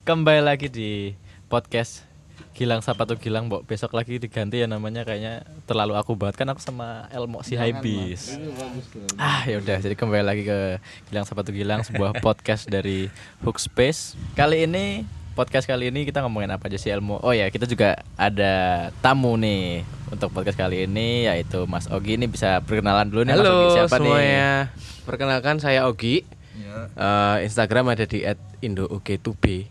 Kembali lagi di podcast Gilang Sapatu Gilang, Mbok. Besok lagi diganti ya namanya, kayaknya terlalu aku banget kan aku sama Elmo si Haibis. Ya udah, jadi kembali lagi ke Gilang Sapatu Gilang, sebuah podcast dari Hook Space. Kali ini kita ngomongin apa aja sih, Elmo? Oh ya, kita juga ada tamu nih untuk podcast kali ini, yaitu Mas Ogi. Ini bisa perkenalan dulu nih. Halo, Mas Ogi siapa semuanya. nih? Perkenalkan, saya Ogi. Instagram ada di @indouke2b.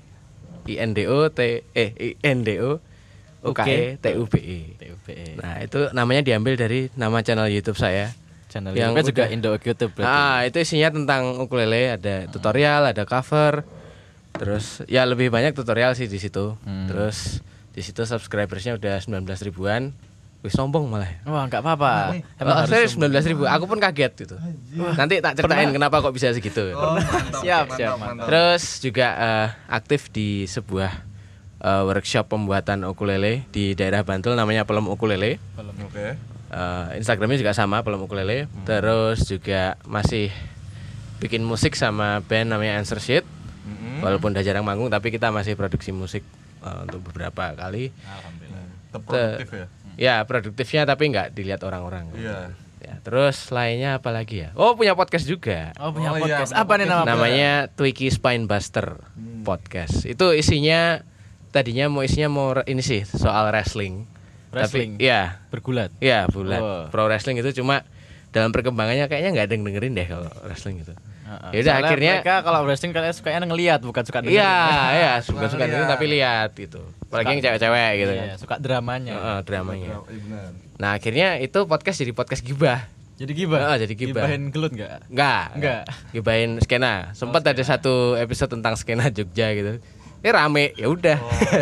INDO UKE TUBE. Nah, itu namanya diambil dari nama channel YouTube saya. Channel yang juga Indo YouTube berarti. Itu isinya tentang ukulele, ada tutorial, ada cover. Terus ya lebih banyak tutorial sih di situ. Terus di situ subscribersnya udah 19 ribuan. Wih, sombong malah. Wah, enggak apa-apa. Saya 19 ribu. Aku pun kaget gitu. Nanti tak ceritain kenapa kok bisa segitu. Siap. Terus juga aktif di sebuah workshop pembuatan ukulele di daerah Bantul, namanya Pelem Ukulele. Oke. Instagramnya juga sama, Pelem Ukulele. Terus juga masih bikin musik sama band namanya Answer Sheet. Walaupun udah jarang manggung, tapi kita masih produksi musik untuk beberapa kali. Alhamdulillah. Tetap produktif ya. Ya, produktifnya tapi nggak dilihat orang-orang. Iya. Ya, terus lainnya apa lagi ya? Oh, punya podcast juga. Oh, punya Oh, podcast. iya, Apa nih nama? Namanya Twiki Spinebuster Podcast. Itu isinya tadinya mau ini sih soal wrestling. Wrestling? Tapi ya, Bergulat. ya bulat. Oh. Pro wrestling itu cuma dalam perkembangannya kayaknya nggak ada yang dengerin deh kalau wrestling itu. Ya udah, Soalnya akhirnya mereka kalau wrestling kalian sukanya ngelihat, bukan suka dengerin. iya, suka dengerin tapi lihat gitu. Apalagi yang cewek-cewek gitu kan. Iya, suka dramanya. Dramanya. Iya benar. Nah, akhirnya itu podcast jadi podcast gibah. Jadi gibah. Jadi gibah. Gibahin gelut enggak? Enggak. Gibahin skena. Sempat ada satu episode tentang skena Jogja gitu. Rame, ya udah.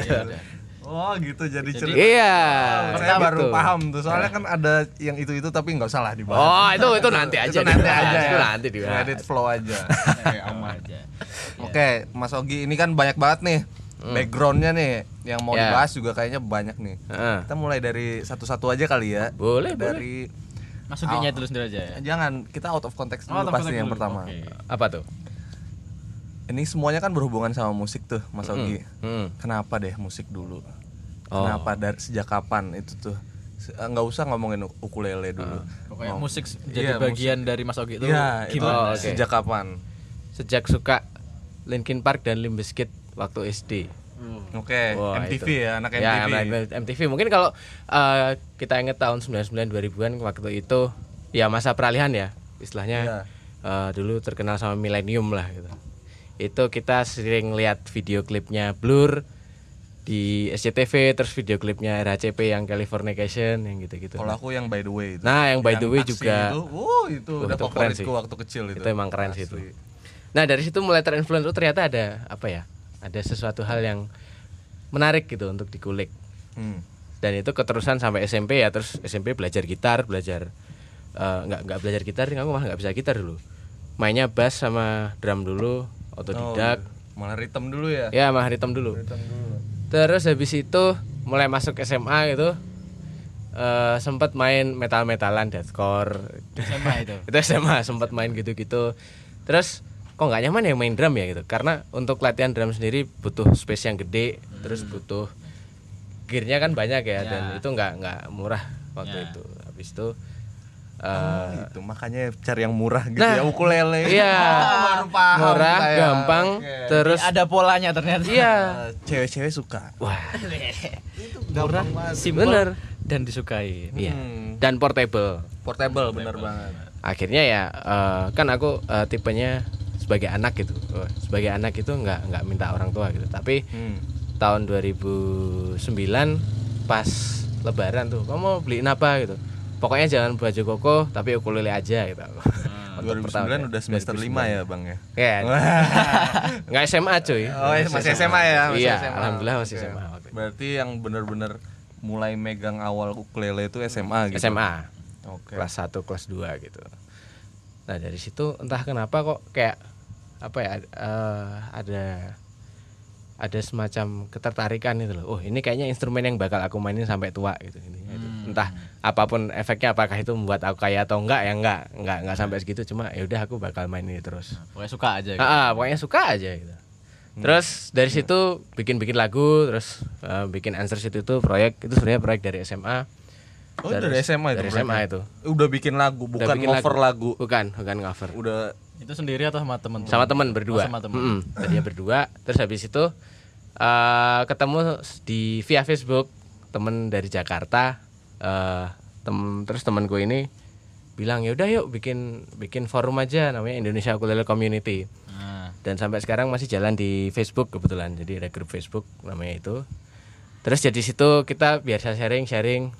Oh gitu jadi cerita. Iya. Saya baru Gitu. paham tuh. Soalnya kan ada yang itu tapi nggak usah lah dibahas. Oh, itu nanti aja. Itu nanti dibahas. aja Itu ya. nanti dibahas. Edit flow aja. Oke, aman aja. Oke, Mas Ogi, ini kan banyak banget nih backgroundnya nih yang mau Ya. dibahas juga kayaknya banyak nih. Heeh. Kita mulai dari satu-satu aja kali ya. Boleh. Dari Masukinnya dulu sendiri aja ya. jangan, kita out of context Oh, dulu pasti yang pertama. Oke. Apa tuh? Ini semuanya kan berhubungan sama musik tuh, Mas Ogi. Hmm. Kenapa deh musik dulu? Oh. Kenapa dari sejak kapan itu tuh? Nggak usah ngomongin ukulele dulu. Pokoknya Ngom- musik jadi Iya, bagian dari Mas Ogi itu Iya, itu gimana? oke. sejak kapan? Sejak suka Linkin Park dan Limp Bizkit waktu SD. Oke, Wah, MTV itu. ya, anak Ya, MTV. MTV. Mungkin kalau kita ingat tahun 99 2000-an waktu itu ya masa peralihan ya. Istilahnya Iya. dulu terkenal sama Millennium lah gitu. Itu kita sering lihat video klipnya Blur di SCTV, terus video klipnya RHCP yang Californication yang gitu-gitu. Kalau aku yang By the Way itu. Nah, yang By the Way taksi juga. itu udah itu keren sih. favoritku waktu kecil itu. Itu emang keren sih itu. Asli. Nah, dari situ mulai terinfluence, ternyata ada apa ya? Ada sesuatu hal yang menarik gitu untuk dikulik. Hmm. Dan itu keterusan sampai SMP ya. Terus SMP belajar gitar, nggak belajar gitar, aku malah nggak bisa gitar dulu. Mainnya bass sama drum dulu, otodidak. Malah ritme dulu ya. Ya, malah ritme dulu. Terus habis itu mulai masuk SMA gitu, sempat main metal-metalan, deathcore. SMA itu. Itu SMA sempat main gitu-gitu. Terus kok nggak nyaman ya main drum ya gitu, karena untuk latihan drum sendiri butuh space yang gede, terus butuh gearnya kan banyak ya, dan itu nggak murah waktu itu. Habis itu Itu makanya cari yang murah gitu Nah, ya, ukulele. iya, Baru paham murah, saya. gampang, Oke. terus Ada polanya ternyata. iya, Cewek-cewek suka. wah, Gampang banget. Simpel bener, dan disukai. iya, dan portable. Portable bener banget. Akhirnya ya kan aku tipenya sebagai anak gitu. Sebagai anak itu nggak minta orang tua gitu. Tapi tahun 2009 pas lebaran tuh, kamu mau beliin apa gitu. Pokoknya jangan baju koko tapi ukulele aja gitu. Untuk 2009 udah semester 5 ya, Bang ya. Ya. Nggak SMA cuy. Oh, masih SMA ya, masih Iya, SMA. alhamdulillah masih Oke. SMA waktu itu. Berarti yang bener-bener mulai megang awal ukulele itu SMA gitu. SMA. Oke. Kelas 1, kelas 2 gitu. Nah, dari situ entah kenapa kok kayak apa ya, ada semacam ketertarikan itu loh. Oh, ini kayaknya instrumen yang bakal aku mainin sampai tua gitu. Entah apapun efeknya, apakah itu membuat aku kaya atau enggak, ya enggak sampai segitu, cuma ya udah aku bakal main ini terus. Pokoknya suka aja gitu. Pokoknya suka aja gitu. Terus dari situ bikin lagu, terus bikin Answer Sheet itu proyek itu sebenarnya proyek dari SMA. Oh, dari SMA itu. Dari berarti? SMA itu. Udah bikin lagu, bukan bikin cover lagu. Bukan cover. Udah Itu sendiri atau sama teman? Sama teman berdua. Sama teman. Tadinya berdua, terus habis itu ketemu via Facebook temen dari Jakarta. Terus temanku ini bilang ya udah yuk bikin forum aja namanya Indonesia Ukulele Community. Dan sampai sekarang masih jalan di Facebook kebetulan. Jadi ada grup Facebook namanya itu. Terus jadi situ kita biasa sharing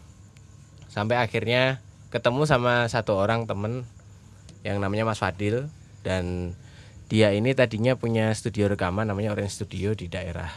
sampai akhirnya ketemu sama satu orang temen yang namanya Mas Fadil, dan dia ini tadinya punya studio rekaman namanya Orange Studio di daerah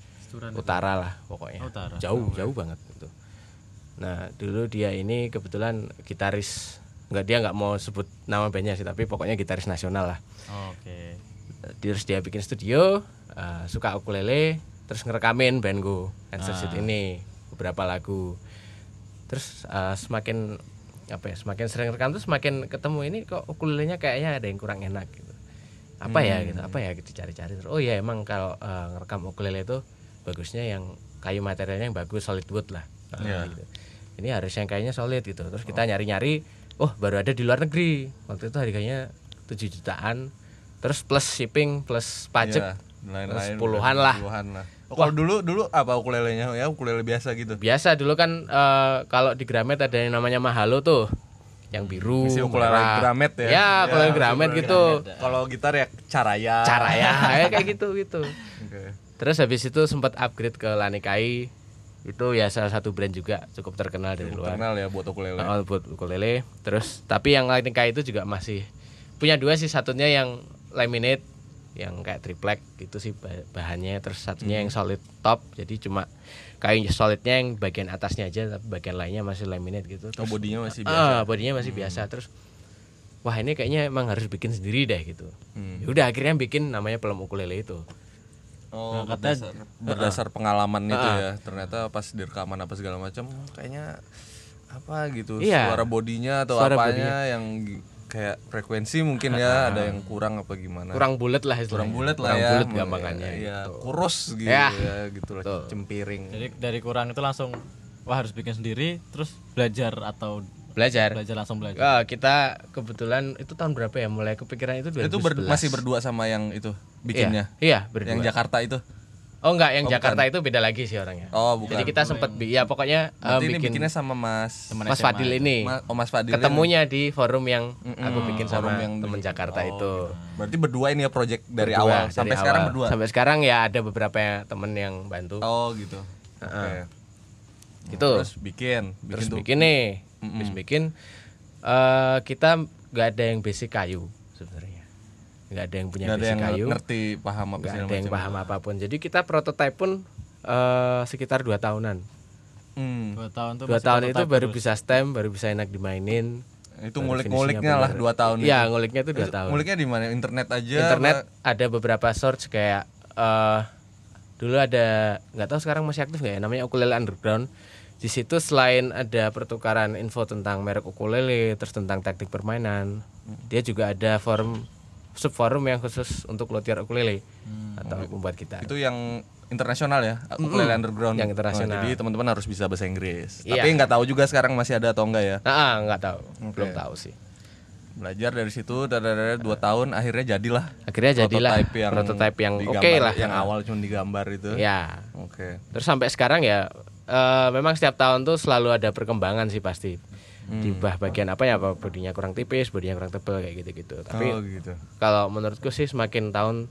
utara lah pokoknya. Utara. Jauh banget gitu. Nah, dulu dia ini kebetulan gitaris. Dia nggak mau sebut nama bandnya sih, tapi pokoknya gitaris nasional lah. Oke. Terus dia bikin studio, suka ukulele, terus ngerekamin bandku Answer Sheet ini beberapa lagu. Terus semakin sering rekam tuh semakin ketemu ini kok ukulelenya kayaknya ada yang kurang enak gitu. Apa ya gitu cari-cari terus. Oh ya emang kalau ngerekam ukulele itu bagusnya yang kayu materialnya yang bagus, solid wood lah. Gitu. Ini harus yang kayaknya solid gitu. Terus kita nyari-nyari, baru ada di luar negeri. Waktu itu harganya 7 jutaan. Terus plus shipping, plus pajak, lain-lain puluhan lah. Kalau dulu apa ukulelenya? Ya ukulele biasa gitu. Biasa dulu kan kalau di Gramet ada yang namanya Mahalo tuh, yang biru. Misi ukulele merah. Gramet ya. Ya, ukulele Gramet gitu. Kalau gitar ya Caraya. Kayak gitu. Okay. Terus habis itu sempat upgrade ke Lanikai. Itu ya salah satu brand juga cukup terkenal dari luar. Terkenal ya buat ukulele. Buat ukulele. Terus tapi yang Lanikai itu juga masih punya dua sih, satunya yang laminate yang kayak triplek gitu sih bahannya, terus satunya yang solid top, jadi cuma kayu solidnya yang bagian atasnya aja tapi bagian lainnya masih laminate gitu. Terus, bodinya masih biasa. Bodinya masih biasa. Terus wah ini kayaknya emang harus bikin sendiri deh gitu. Ya udah akhirnya bikin namanya Pelem Ukulele itu. Oh, berdasar pengalaman itu ya. Ternyata pas direkaman apa segala macam kayaknya apa gitu, suara bodinya atau suara apanya bodinya yang kayak frekuensi mungkin ya ada yang kurang apa gimana. Kurang bulat lah istilahnya. Kurang bulat gampangannya ya, gitu. Kurus gitu ya gitu lah, cempiring. Jadi dari kurang itu langsung harus bikin sendiri, terus belajar langsung belajar. Kita kebetulan itu tahun berapa ya mulai kepikiran itu 2011. Itu masih berdua sama yang itu bikinnya. Iya, berdua. Yang Jakarta itu. Oh enggak, yang Jakarta itu beda lagi sih orangnya. Oh, bukan. Jadi kita sempat pokoknya ini bikinnya sama Mas Fadil ini. Mas Fadil. Ketemunya di forum yang aku bikin sama temen Jakarta itu. Berarti berdua ini ya project dari awal sampai sekarang berdua. Sampai sekarang ya ada beberapa temen yang bantu. Oh, gitu. Oke. Gitu. Terus bikin nih. Terus bikin kita enggak ada yang basic kayu sebenarnya. Nggak ada yang punya basic kayu, ngerti paham apa nggak ada yang paham apapun. Jadi kita prototype pun sekitar 2 tahunan. 2 tahun tuh 2 tahun itu baru bisa stem, baru bisa enak dimainin. Itu ngulik-nguliknya lah 2 tahun. Iya, nguliknya itu 2 tahun. Nguliknya di mana? Internet aja. Internet ada beberapa source kayak dulu ada, nggak tahu sekarang masih aktif nggak ya, namanya Ukulele Underground. Di situ selain ada pertukaran info tentang merek ukulele, terus tentang taktik permainan, dia juga ada subforum yang khusus untuk luthier ukulele atau membuat gitar. Itu yang internasional ya, Ukulele Underground. Yang internasional. Jadi teman-teman harus bisa bahasa Inggris. Tapi nggak tahu juga sekarang masih ada atau enggak ya? Nggak tahu, belum tahu sih. Belajar dari situ, 2 tahun, akhirnya jadilah. Prototype yang oke lah. Yang awal cuma digambar itu. Ya. Oke. Terus sampai sekarang ya, memang setiap tahun tuh selalu ada perkembangan sih pasti. Diubah bagian apa bodinya kurang tipis, bodinya kurang tebal kayak gitu-gitu. Tapi gitu. Kalau menurutku sih semakin tahun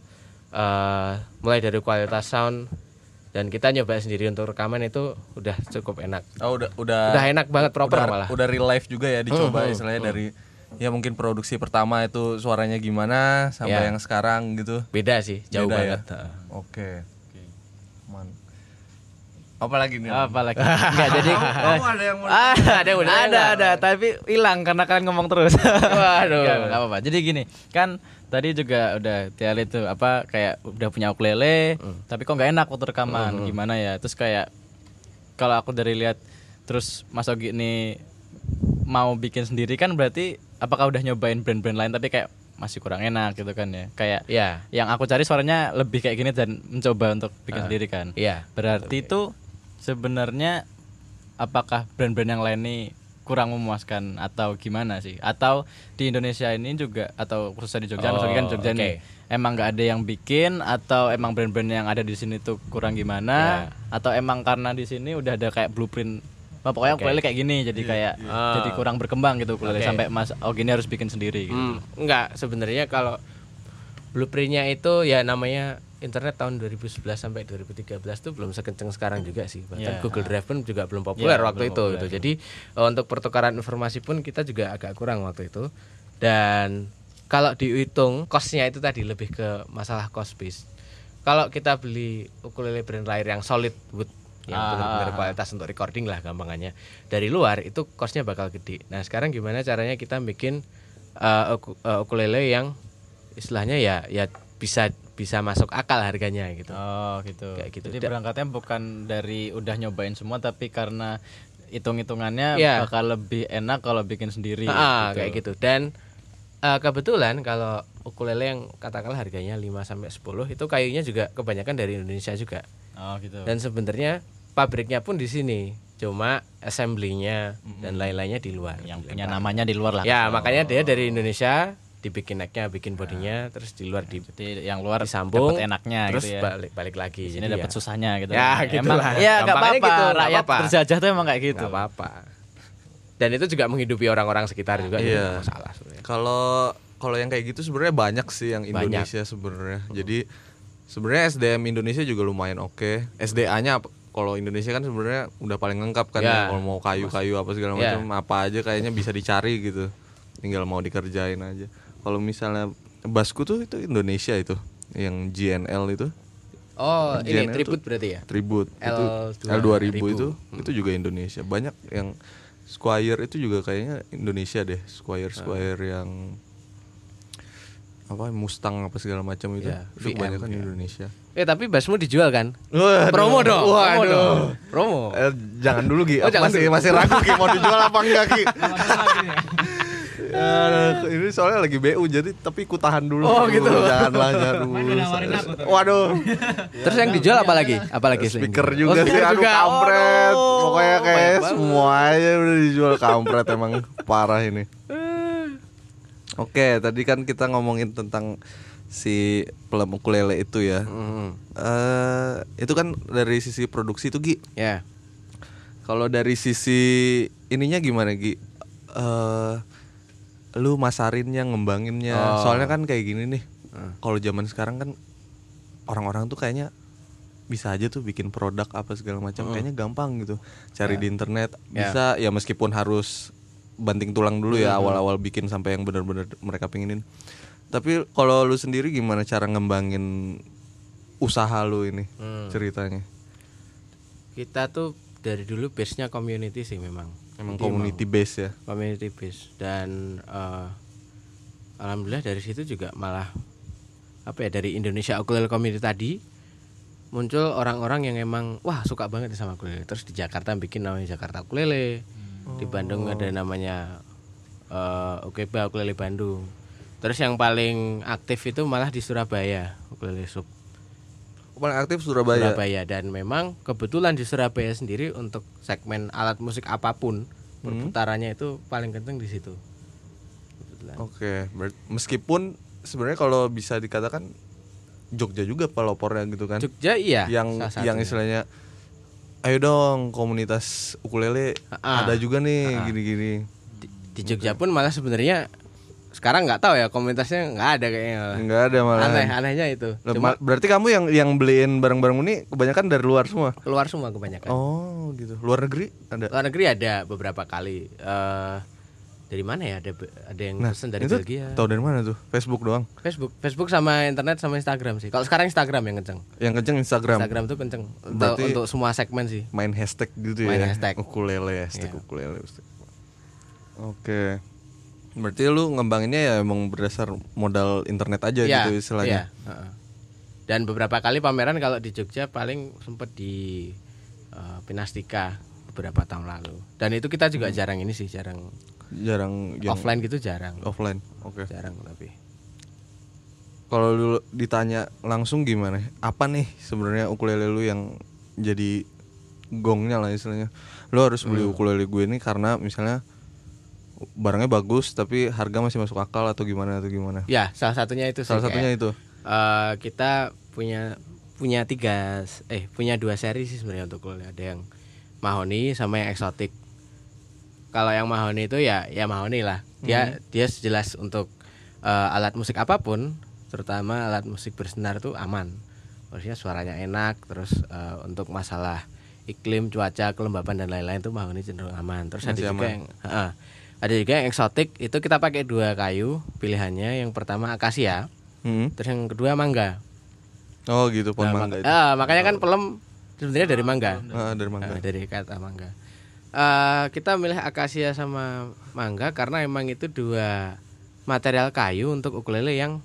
mulai dari kualitas sound dan kita nyoba sendiri untuk rekaman itu udah cukup enak. Oh, udah enak banget, proper malah. Udah real life juga ya, dicoba istilahnya dari ya mungkin produksi pertama itu suaranya gimana sampai yang sekarang gitu. Beda sih, jauh banget. Ya? Oke. Apalagi Enggak jadi ada yang mau ada tapi hilang karena kalian ngomong terus. Waduh. Enggak apa-apa. Jadi gini, kan tadi juga udah Tiali tuh kayak udah punya ukulele, tapi kok enggak enak waktu rekaman. Gimana ya? Terus kayak kalau aku dari lihat terus Mas Ogi ini mau bikin sendiri kan berarti apakah udah nyobain brand-brand lain tapi kayak masih kurang enak gitu kan ya. Kayak yang aku cari suaranya lebih kayak gini dan mencoba untuk bikin sendiri kan. Berarti itu sebenarnya apakah brand-brand yang lain nih kurang memuaskan atau gimana sih? Atau di Indonesia ini juga atau khususnya di Jogja, maksudnya kan Jogja nih emang nggak ada yang bikin atau emang brand-brand yang ada di sini tuh kurang gimana? Atau emang karena di sini udah ada kayak blueprint, pokoknya ukulele kayak gini jadi kayak jadi kurang berkembang gitu ukulele sampai gini harus bikin sendiri gitu. Enggak, sebenarnya kalau blueprintnya itu ya namanya internet tahun 2011 sampai 2013 tuh belum sekenceng sekarang juga sih. Bahkan Google Drive pun juga belum populer waktu itu gitu. Jadi untuk pertukaran informasi pun kita juga agak kurang waktu itu. Dan kalau dihitung cost-nya itu tadi lebih ke masalah cost base. Kalau kita beli ukulele brand lain yang solid wood yang benar-benar kualitas untuk recording lah gampangannya, dari luar itu cost-nya bakal gede. Nah, sekarang gimana caranya kita bikin ukulele yang istilahnya ya bisa masuk akal harganya gitu. Oh gitu. Kayak gitu. Jadi berangkatnya bukan dari udah nyobain semua tapi karena hitung-hitungannya bakal lebih enak kalau bikin sendiri. Gitu. Kayak gitu. Dan kebetulan kalau ukulele yang katakanlah harganya 5 sampai 10 itu kayunya juga kebanyakan dari Indonesia juga. Oh gitu. Dan sebenarnya pabriknya pun di sini. Cuma assembly-nya dan lain-lainnya di luar. Yang punya namanya di luar lah. Ya, makanya dia dari Indonesia dibikin necknya, bikin bodinya, terus di luar jadi yang luar disambung, dapat enaknya terus gitu ya. balik lagi. Di sini dapat susahnya gitu. Ya, gitu emang lah. Ya enggak apa-apa. Gitu, rakyat terjajah tuh emang kayak gitu. Enggak apa-apa. Dan itu juga menghidupi orang-orang sekitar juga enggak masalah sebenarnya. Kalau yang kayak gitu sebenarnya banyak sih yang Indonesia sebenarnya. Jadi sebenarnya SDM Indonesia juga lumayan oke. SDA-nya kalau Indonesia kan sebenarnya udah paling lengkap kan ya. Kalau mau kayu-kayu apa segala macam apa aja kayaknya bisa dicari gitu. Tinggal mau dikerjain aja. Kalau misalnya bassku tuh itu Indonesia itu, yang GNL itu. Oh, GNL ini tribute berarti ya? Tribute. L2000 itu juga Indonesia. Banyak yang Squire itu juga kayaknya Indonesia deh. Squire yang apa Mustang apa segala macam itu. Itu banyak kan Indonesia. Tapi bassmu dijual kan? Promo dong. Waduh. Promo. Jangan dulu Gi. Masih ragu Gi mau dijual apa enggak Gi. Ini soalnya lagi BU jadi tapi ku tahan dulu. Oh gitu. Janganlah Waduh. Terus yang dijual apa lagi? Speaker juga sih. Aduh kampret. Pokoknya kayak semuanya udah dijual kampret emang parah ini. Oke, tadi kan kita ngomongin tentang si pelam ukulele itu ya. Itu kan dari sisi produksi tuh Gi. Ya. Kalau dari sisi ininya gimana Gi? Lu masarinnya, ngembanginnya. Soalnya kan kayak gini nih. Kalau zaman sekarang kan orang-orang tuh kayaknya bisa aja tuh bikin produk apa segala macam. Kayaknya gampang gitu. Cari di internet bisa ya meskipun harus banting tulang dulu ya awal-awal bikin sampai yang benar-benar mereka pinginin. Tapi kalau lu sendiri gimana cara ngembangin usaha lu ini ceritanya? Kita tuh dari dulu base-nya community sih memang. Emang community base ya. Community base dan alhamdulillah dari situ juga malah dari Indonesia Ukulele Community tadi muncul orang-orang yang emang wah suka banget sama ukulele. Terus di Jakarta bikin namanya Jakarta Ukulele. Di Bandung ada namanya UKB Ukulele Bandung. Terus yang paling aktif itu malah di Surabaya Ukulele Sub. Paling aktif Surabaya. Dan memang kebetulan di Surabaya sendiri untuk segmen alat musik apapun perputarannya itu paling kenceng di situ. Oke, meskipun sebenarnya kalau bisa dikatakan Jogja juga pelopornya gitu kan. Jogja iya. Yang istilahnya ayo dong komunitas ukulele ada juga nih gini-gini. Di Jogja pun malah sebenarnya sekarang nggak tahu ya komunitasnya nggak ada kayaknya. Nggak ada malah. Anehnya itu. Cuma berarti kamu yang beliin barang-barang ini kebanyakan dari luar semua? Keluar semua kebanyakan. Oh gitu. Luar negeri ada? Luar negeri ada beberapa kali. Dari mana ya? Ada yang pesan dari Belgia. Tahu dari mana tuh? Facebook doang? Facebook sama internet sama Instagram sih. Kalau sekarang Instagram yang kenceng. Yang kenceng Instagram. Instagram tuh kenceng. Untuk semua segmen sih. Main hashtag gitu ya. Main hashtag ukulele, ukulele. Oke. Berarti lu ngembanginnya ya emang berdasar modal internet aja gitu istilahnya. Dan beberapa kali pameran kalau di Jogja paling sempet di Pinastika beberapa tahun lalu. Dan itu kita juga jarang yang offline gitu jarang. Offline. Oke. Jarang tapi. Kalau dulu ditanya langsung gimana? Apa nih sebenarnya ukulele lu yang jadi gongnya lah istilahnya? Lu harus beli ukulele gue ini karena misalnya barangnya bagus tapi harga masih masuk akal atau gimana? Ya, salah satunya itu sih. Salah satunya itu. Kita punya dua seri sih sebenarnya untuk ukulele. Ada yang mahoni sama yang eksotik. Kalau yang mahoni itu ya mahoni lah. Dia jelas untuk alat musik apapun, terutama alat musik bersenar tuh aman. Maksudnya suaranya enak, terus untuk masalah iklim, cuaca, kelembapan dan lain-lain tuh mahoni cenderung aman. Terus ada juga yang eksotik, itu kita pakai 2 kayu pilihannya. Yang pertama akasia, terus yang kedua mangga. Oh gitu, pohon mangga itu. Makanya kan pelem sebenarnya dari mangga. Dari mangga. Dari kata mangga. Kita milih akasia sama mangga karena emang itu 2 material kayu untuk ukulele yang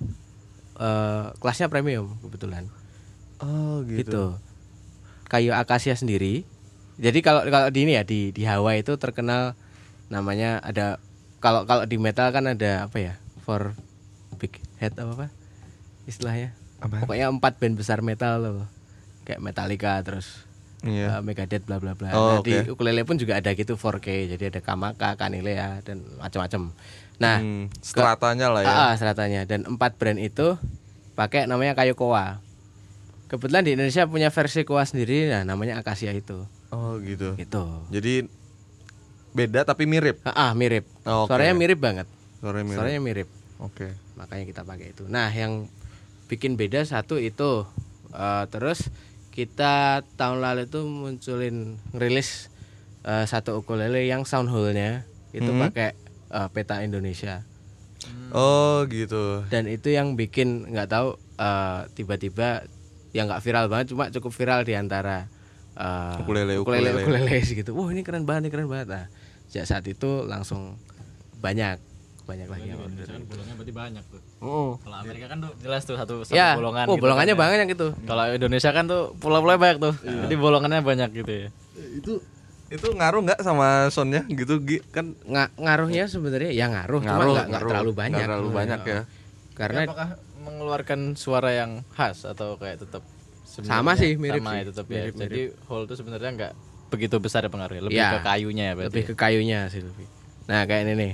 kelasnya premium kebetulan. Oh gitu. Kayu akasia sendiri. Jadi kalau di ini ya di Hawaii itu terkenal namanya ada, kalau di metal kan ada apa ya? For big head apa istilahnya? Pokoknya 4 band besar metal loh. Kayak Metallica terus Megadeth bla bla bla. Di ukulele pun juga ada gitu 4K. Jadi ada Kamaka, Kanilea dan macam-macam. Nah, stratanya lah ya. Stratanya, dan 4 brand itu pakai namanya kayu koa. Kebetulan di Indonesia punya versi koa sendiri, nah namanya akasia itu. Oh gitu. Gitu. Jadi beda tapi mirip. Mirip. Suaranya mirip banget. Suaranya mirip. Oke. Makanya kita pakai itu. Nah, yang bikin beda satu itu, terus kita tahun lalu itu ngerilis satu ukulele yang sound hole-nya itu pakai peta Indonesia. Oh gitu. Dan itu yang bikin nggak tahu tiba-tiba yang nggak viral banget, cuma cukup viral di antara ukulele gitu. Wah, ini keren banget. Nah, sejak saat itu langsung banyak lagi yang order. Bolongnya berarti banyak tuh. Kalau Amerika kan tuh jelas tuh satu bolongan. Gitu bolongannya kan, banyak gitu. Kalau Indonesia kan tuh pulau-pulau banyak tuh. Jadi bolongannya banyak gitu ya. Itu ngaruh nggak sama soundnya gitu kan? Ngaruhnya sebenarnya ya ngaruh, cuma nggak terlalu banyak. Nggak terlalu banyak ya. Karena apakah mengeluarkan suara yang khas atau kayak tetap sama sih, mirip sama sih. tetap ya. Jadi hole itu sebenarnya nggak begitu besar ya pengaruhnya, lebih ke kayunya ya berarti. Lebih ke kayunya sih lebih. Nah, kayak ini nih.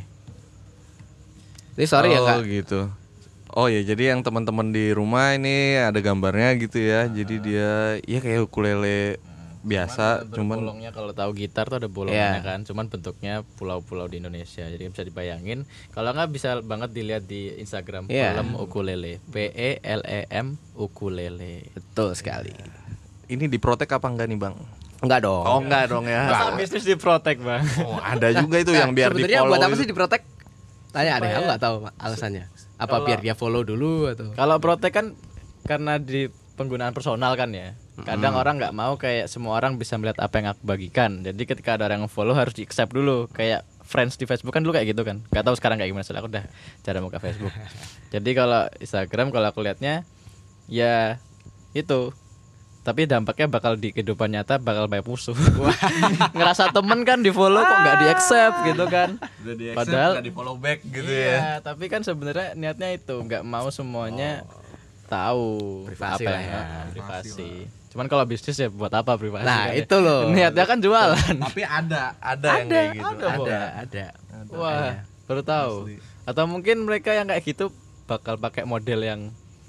Ini sorry ya Kak. Oh gitu. Oh ya, jadi yang teman-teman di rumah ini ada gambarnya gitu ya. Jadi dia ya kayak ukulele biasa, cuman bolongnya kalau tahu gitar tuh ada bolongnya kan, cuman bentuknya pulau-pulau di Indonesia. Jadi bisa dibayangin. Kalau nggak bisa banget dilihat di Instagram Pelem Ukulele, PELEM ukulele. Betul sekali. Ini diprotek apa enggak nih, Bang? Enggak dong. Oh, enggak dong ya. Masa bisnis diprotek, Bang? Oh, ada juga itu yang biar di follow. Sebenarnya buat apa sih diprotek? Tanya deh, aku nggak tahu alasannya. Apa biar dia follow dulu atau? Kalau protek kan karena di penggunaan personal kan ya. Kadang orang nggak mau kayak semua orang bisa melihat apa yang aku bagikan. Jadi ketika ada orang yang follow harus di accept dulu. Kayak friends di Facebook kan dulu kayak gitu kan. Gak tahu sekarang kayak gimana, soalnya aku udah jarang buka Facebook. Jadi kalau Instagram kalau aku lihatnya ya itu. Tapi dampaknya bakal di kehidupan nyata bakal banyak musuh. Ngerasa temen kan di follow kok nggak di accept gitu kan. Padahal nggak di follow back gitu ya. Tapi kan sebenarnya niatnya itu nggak mau semuanya tahu privasi apa lah ya. Privasi. Cuman kalau bisnis ya buat apa privasi? Nah kan itu loh. Niatnya kan jualan. Tapi ada yang kayak gitu. Ada. Wah, baru tahu. Atau mungkin mereka yang kayak gitu bakal pakai model yang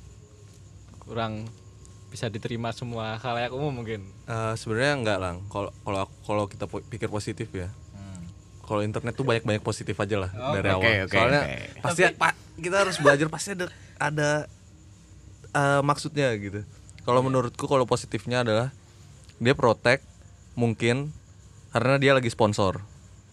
kurang bisa diterima semua khalayak umum mungkin. Sebenarnya enggak lang. Kalau kita pikir positif ya. Kalau internet tuh banyak positif aja lah dari awal. Soalnya pasti kita harus belajar, pasti ada maksudnya gitu. Kalau menurutku kalau positifnya adalah dia protek mungkin karena dia lagi sponsor.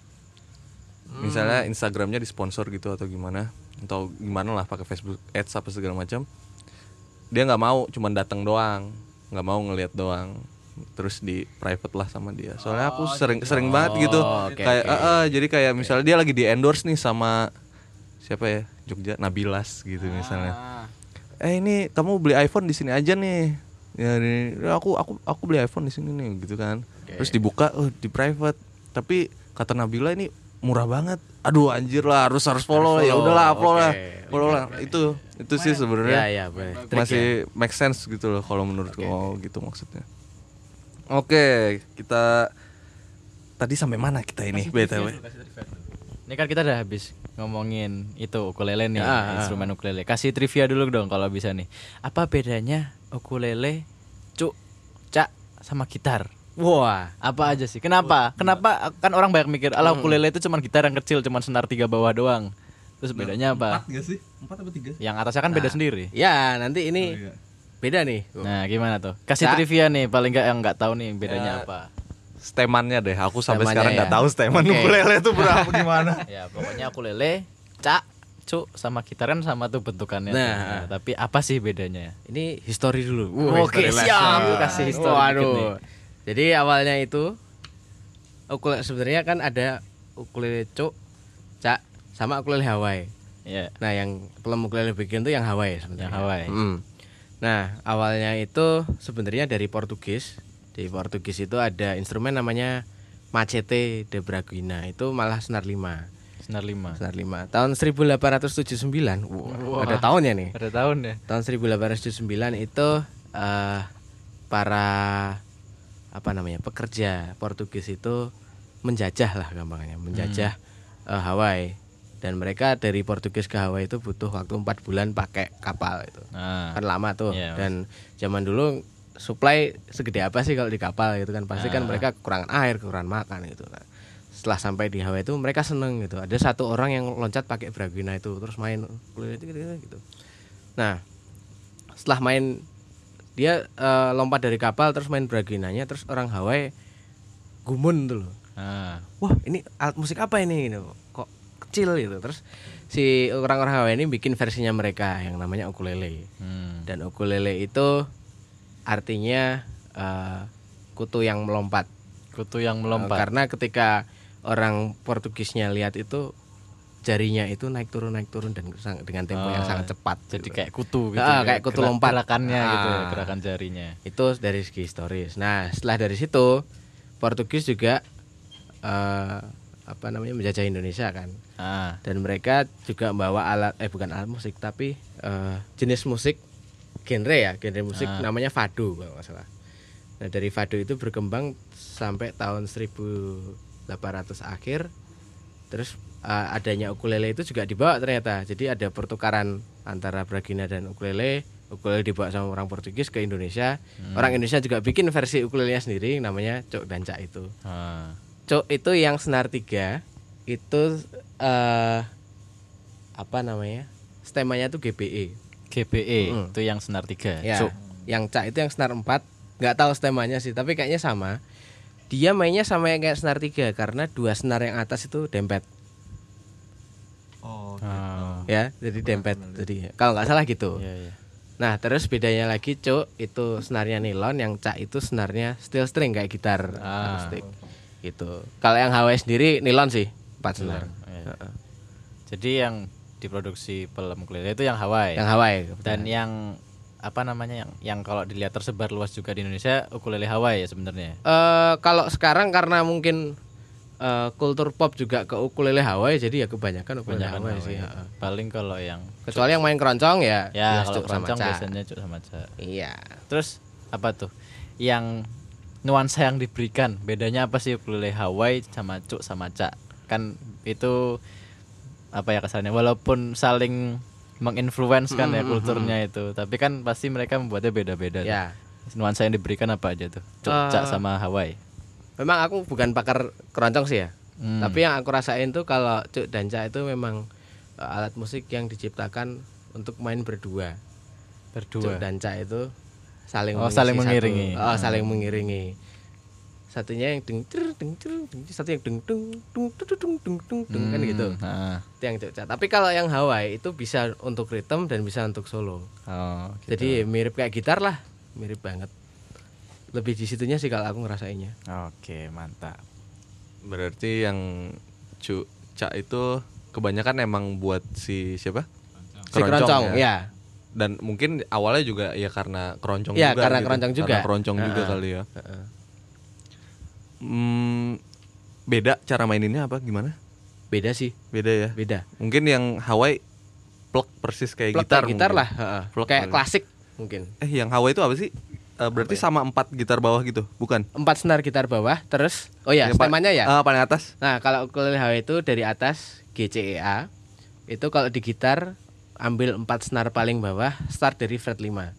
Misalnya Instagramnya disponsor gitu atau gimana lah, pakai Facebook Ads apa segala macam. Dia nggak mau cuman datang doang, nggak mau ngelihat doang, terus di private lah sama dia. Soalnya aku sering banget gitu, jadi kayak misalnya dia lagi di endorse nih sama siapa ya, Jogja Nabilas gitu misalnya. Ini kamu beli iPhone di sini aja nih. Ya ini aku beli iPhone di sini nih gitu kan. Terus dibuka di private. Tapi kata Nabila ini murah banget. Aduh anjir lah harus follow. Ya udahlah upload lah. Follow lah. Itu sih sebenarnya. Ya boleh. Masih make sense gitu loh kalau menurutku. Oh gitu maksudnya. Oke, kita tadi sampai mana kita ini BTW? Ini kan kita udah habis ngomongin itu ukulele nih, instrumen ukulele. Kasih trivia dulu dong kalau bisa nih. Apa bedanya ukulele, cuk, cak sama gitar? Wah, Apa aja sih? Kenapa? Kenapa kan orang banyak mikir, "Alah ukulele itu cuma gitar yang kecil, cuma senar 3 bawah doang." Terus bedanya apa? 4 enggak sih? 4 apa 3? Yang atasnya kan beda sendiri. ya nanti ini beda nih. Nah, gimana tuh? Kasih trivia nih, paling enggak yang enggak tahu nih bedanya apa. Stemannya deh. Aku sampai Stemannya sekarang enggak ya. tahu steman ukulele itu berapa gimana. Ya, pokoknya ukulele, cak, cuk sama gitar kan sama tuh bentukannya. Nah. Tuh. Tapi apa sih bedanya? Ini history dulu. Oke, siap. Kasih history dikit nih. Waduh. Jadi awalnya itu ukulele sebenarnya kan ada ukulele cuk, cak, sama ukulele Hawaii. Ya, Nah, yang pelem ukulele bikin tuh yang Hawaii sebenarnya. yang Hawaii. Nah, awalnya itu sebenarnya dari Portugis. Di Portugis itu ada instrumen namanya machete de braguina. Itu malah senar 5. Senar 5. Senar 5. Tahun 1879. Wah, ada tahunnya nih. Ada tahun ya. Tahun 1879 itu para pekerja Portugis itu menjajah lah gampangnya, menjajah Hawaii. Dan mereka dari Portugis ke Hawaii itu butuh waktu 4 bulan pakai kapal itu. Nah, Kan lama tuh. Iya, Dan zaman dulu supply segede apa sih kalau di kapal gitu kan, pasti kan mereka kekurangan air, kekurangan makan gitu. Nah, setelah sampai di Hawaii itu mereka seneng gitu. Ada satu orang yang loncat pakai braguina itu terus main gitu. Nah, setelah main dia lompat dari kapal terus main braguinanya, terus orang Hawaii gumun tuh loh. nah, Wah, ini alat musik apa ini gitu. Kok kecil gitu. Terus si orang-orang Hawaii ini bikin versinya mereka yang namanya ukulele. Dan ukulele itu artinya kutu yang melompat. kutu yang melompat. Karena ketika orang Portugisnya lihat itu jarinya itu naik turun dan dengan tempo yang sangat cepat. Jadi gitu. kayak kutu gitu. Kayak kutu lompat. Gerakannya gitu, gerakan jarinya. Itu dari segi historis. Nah, setelah dari situ Portugis juga menjajah Indonesia kan. Dan mereka juga membawa bukan alat musik tapi jenis musik genre musik namanya fado kalau nggak salah. Nah, dari fado itu berkembang sampai tahun 1800 akhir. Terus adanya ukulele itu juga dibawa ternyata. Jadi ada pertukaran antara braguina dan ukulele. Ukulele dibawa sama orang Portugis ke Indonesia. Orang Indonesia juga bikin versi ukulelenya sendiri namanya cuk dan cak itu. Cuk itu yang senar 3 itu stemanya tuh GBE. GBE itu yang senar 3. Ya, yang cak itu yang senar 4. Nggak tahu stemanya sih, tapi kayaknya sama. Dia mainnya sama yang kayak senar 3 karena 2 senar yang atas itu dempet. Oh, Ya, jadi dempet. Jadi kalau nggak salah gitu. Iya. Nah, terus bedanya lagi cuk itu senarnya nilon, yang cak itu senarnya steel string kayak gitar akustik. Gitu. Kalau yang Hawaii sendiri nilon sih, 4 senar. Iya. Jadi yang diproduksi pelem ukulele itu yang Hawaii. Yang Hawaii. Dan yang yang kalau dilihat tersebar luas juga di Indonesia ukulele Hawaii ya sebenarnya. Kalau sekarang karena mungkin kultur pop juga ke ukulele Hawaii, jadi ya kebanyakan ukulele Hawaii sih. Paling kalau yang Kecuali yang main keroncong ya kalau cuk sama keroncong cak. biasanya cuk sama cak. Iya. Terus apa tuh? Yang nuansa yang diberikan, bedanya apa sih ukulele Hawaii sama cuk sama cak? Kan itu apa ya kasarnya, walaupun saling menginfluence kan ya kulturnya itu, tapi kan pasti mereka membuatnya beda-beda. Ya. Nuansa yang diberikan apa aja tuh? Cuk, cak sama Hawaii. Memang aku bukan pakar keroncong sih ya. Tapi yang aku rasain tuh kalau cuk dan cak itu memang alat musik yang diciptakan untuk main berdua. Cuk dan cak itu saling mengiringi. Saling mengiringi. Satunya yang deng satu yang deng kan gitu. Itu yang cuk cak. Tapi kalau yang Hawaii itu bisa untuk rhythm dan bisa untuk solo. Gitu. Jadi mirip kayak gitar lah, mirip banget. Lebih di situnya sih kalau aku ngerasainnya. Oke, mantap. Berarti yang cak itu kebanyakan emang buat si siapa? Si keroncong ya. Dan mungkin awalnya juga ya karena keroncong ya, juga. Karena gitu. keroncong juga. Karena keroncong juga kali ya. Beda cara maininnya apa gimana? Beda sih. Beda ya. Beda. Mungkin yang Hawaii plug persis kayak Plug gitar. kayak gitar mungkin. lah, heeh. Plug Kayak kali. klasik mungkin. Yang Hawaii itu apa sih? Berarti sama 4 gitar bawah gitu, bukan? 4 senar gitar bawah, terus stemanya ya. Paling atas. Nah, kalau ukulele Hawaii itu dari atas G C E A. Itu kalau di gitar ambil 4 senar paling bawah, start dari fret 5.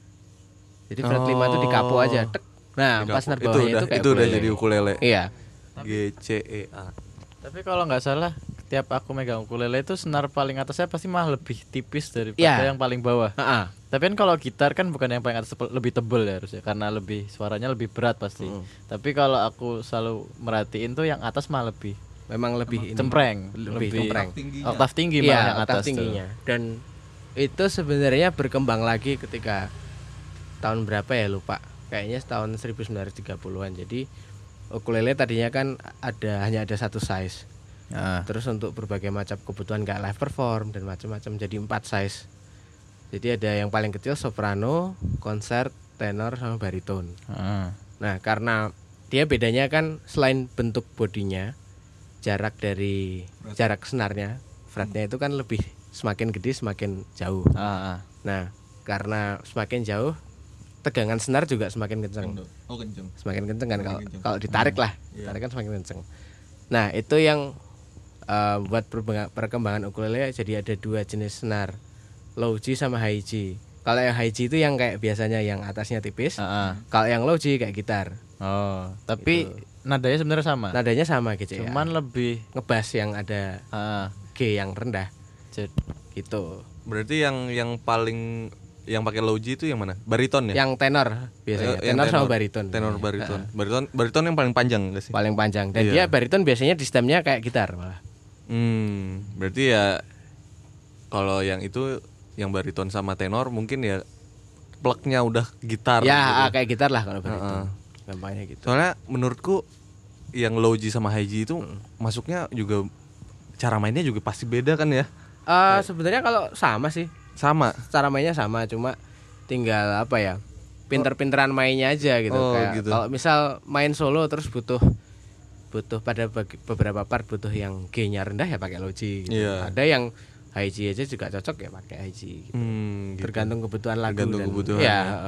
Jadi fret 5 itu di kapo aja. Tek. Nah, 4 senar bawahnya itu kayak itu udah ukulele. jadi ukulele. Iya. G C E A. Tapi kalau nggak salah, tiap aku megang ukulele itu senar paling atasnya pasti malah lebih tipis daripada Ya. yang paling bawah. Heeh. Tapi kan kalau gitar kan bukan yang paling atas lebih tebel ya harusnya, karena lebih suaranya lebih berat pasti. Tapi kalau aku selalu merhatiin tuh yang atas malah lebih Memang lebih ini. cempreng, Lebih cempreng. oktav tinggi malah yang Iya, oktav atas tuh. tingginya. Dan itu sebenarnya berkembang lagi ketika tahun berapa ya lupa. Kayaknya tahun 1930-an. Jadi ukulele tadinya kan hanya ada satu size. Ah. Terus untuk berbagai macam kebutuhan kayak live perform dan macam-macam jadi 4 size. Jadi ada yang paling kecil soprano, konsert, tenor sama bariton. Ah. Nah, karena dia bedanya kan selain bentuk bodinya, jarak senarnya, fretnya itu kan lebih semakin gede semakin jauh. Ah. Nah, karena semakin jauh tegangan senar juga semakin kencang. Oh, kenceng. Semakin kencang kan Semakin kencang. kalau ditarik lah, tarik kan semakin kencang. Nah, itu yang buat perkembangan ukulele jadi ada 2 jenis senar, low G sama high G. Kalau yang high G itu yang kayak biasanya yang atasnya tipis. Ah. Kalau yang low G kayak gitar. Oh, tapi nadanya sebenarnya sama. Nadanya sama gitu ya. Cuman lebih ngebass yang ada G yang rendah gitu. Berarti yang paling yang pakai low G itu yang mana? Bariton ya? Yang tenor biasanya. Yang Tenor sama bariton. Tenor bariton. Bariton yang paling panjang enggak sih? Paling panjang. Dan Iya. dia bariton biasanya di stemnya kayak gitar malah. Berarti ya kalau yang itu yang bariton sama tenor mungkin ya plugnya udah gitar. Ya, gitu. kayak gitar lah kalau bariton. Gampangnya gitu. Soalnya menurutku yang low G sama high G itu masuknya juga cara mainnya juga pasti beda kan ya? Sebenarnya kalau sama sih. Sama. Cara mainnya sama, cuma tinggal apa ya? Pinter-pinteran mainnya aja gitu. Oh, Kayak gitu. kalau misal main solo terus butuh pada beberapa part butuh yang G-nya rendah ya pakai low G gitu. Iya. Ada yang high G aja juga cocok ya pakai high G gitu. Gitu. Tergantung kebutuhan lagu Tergantung dan kebutuhan ya. ya.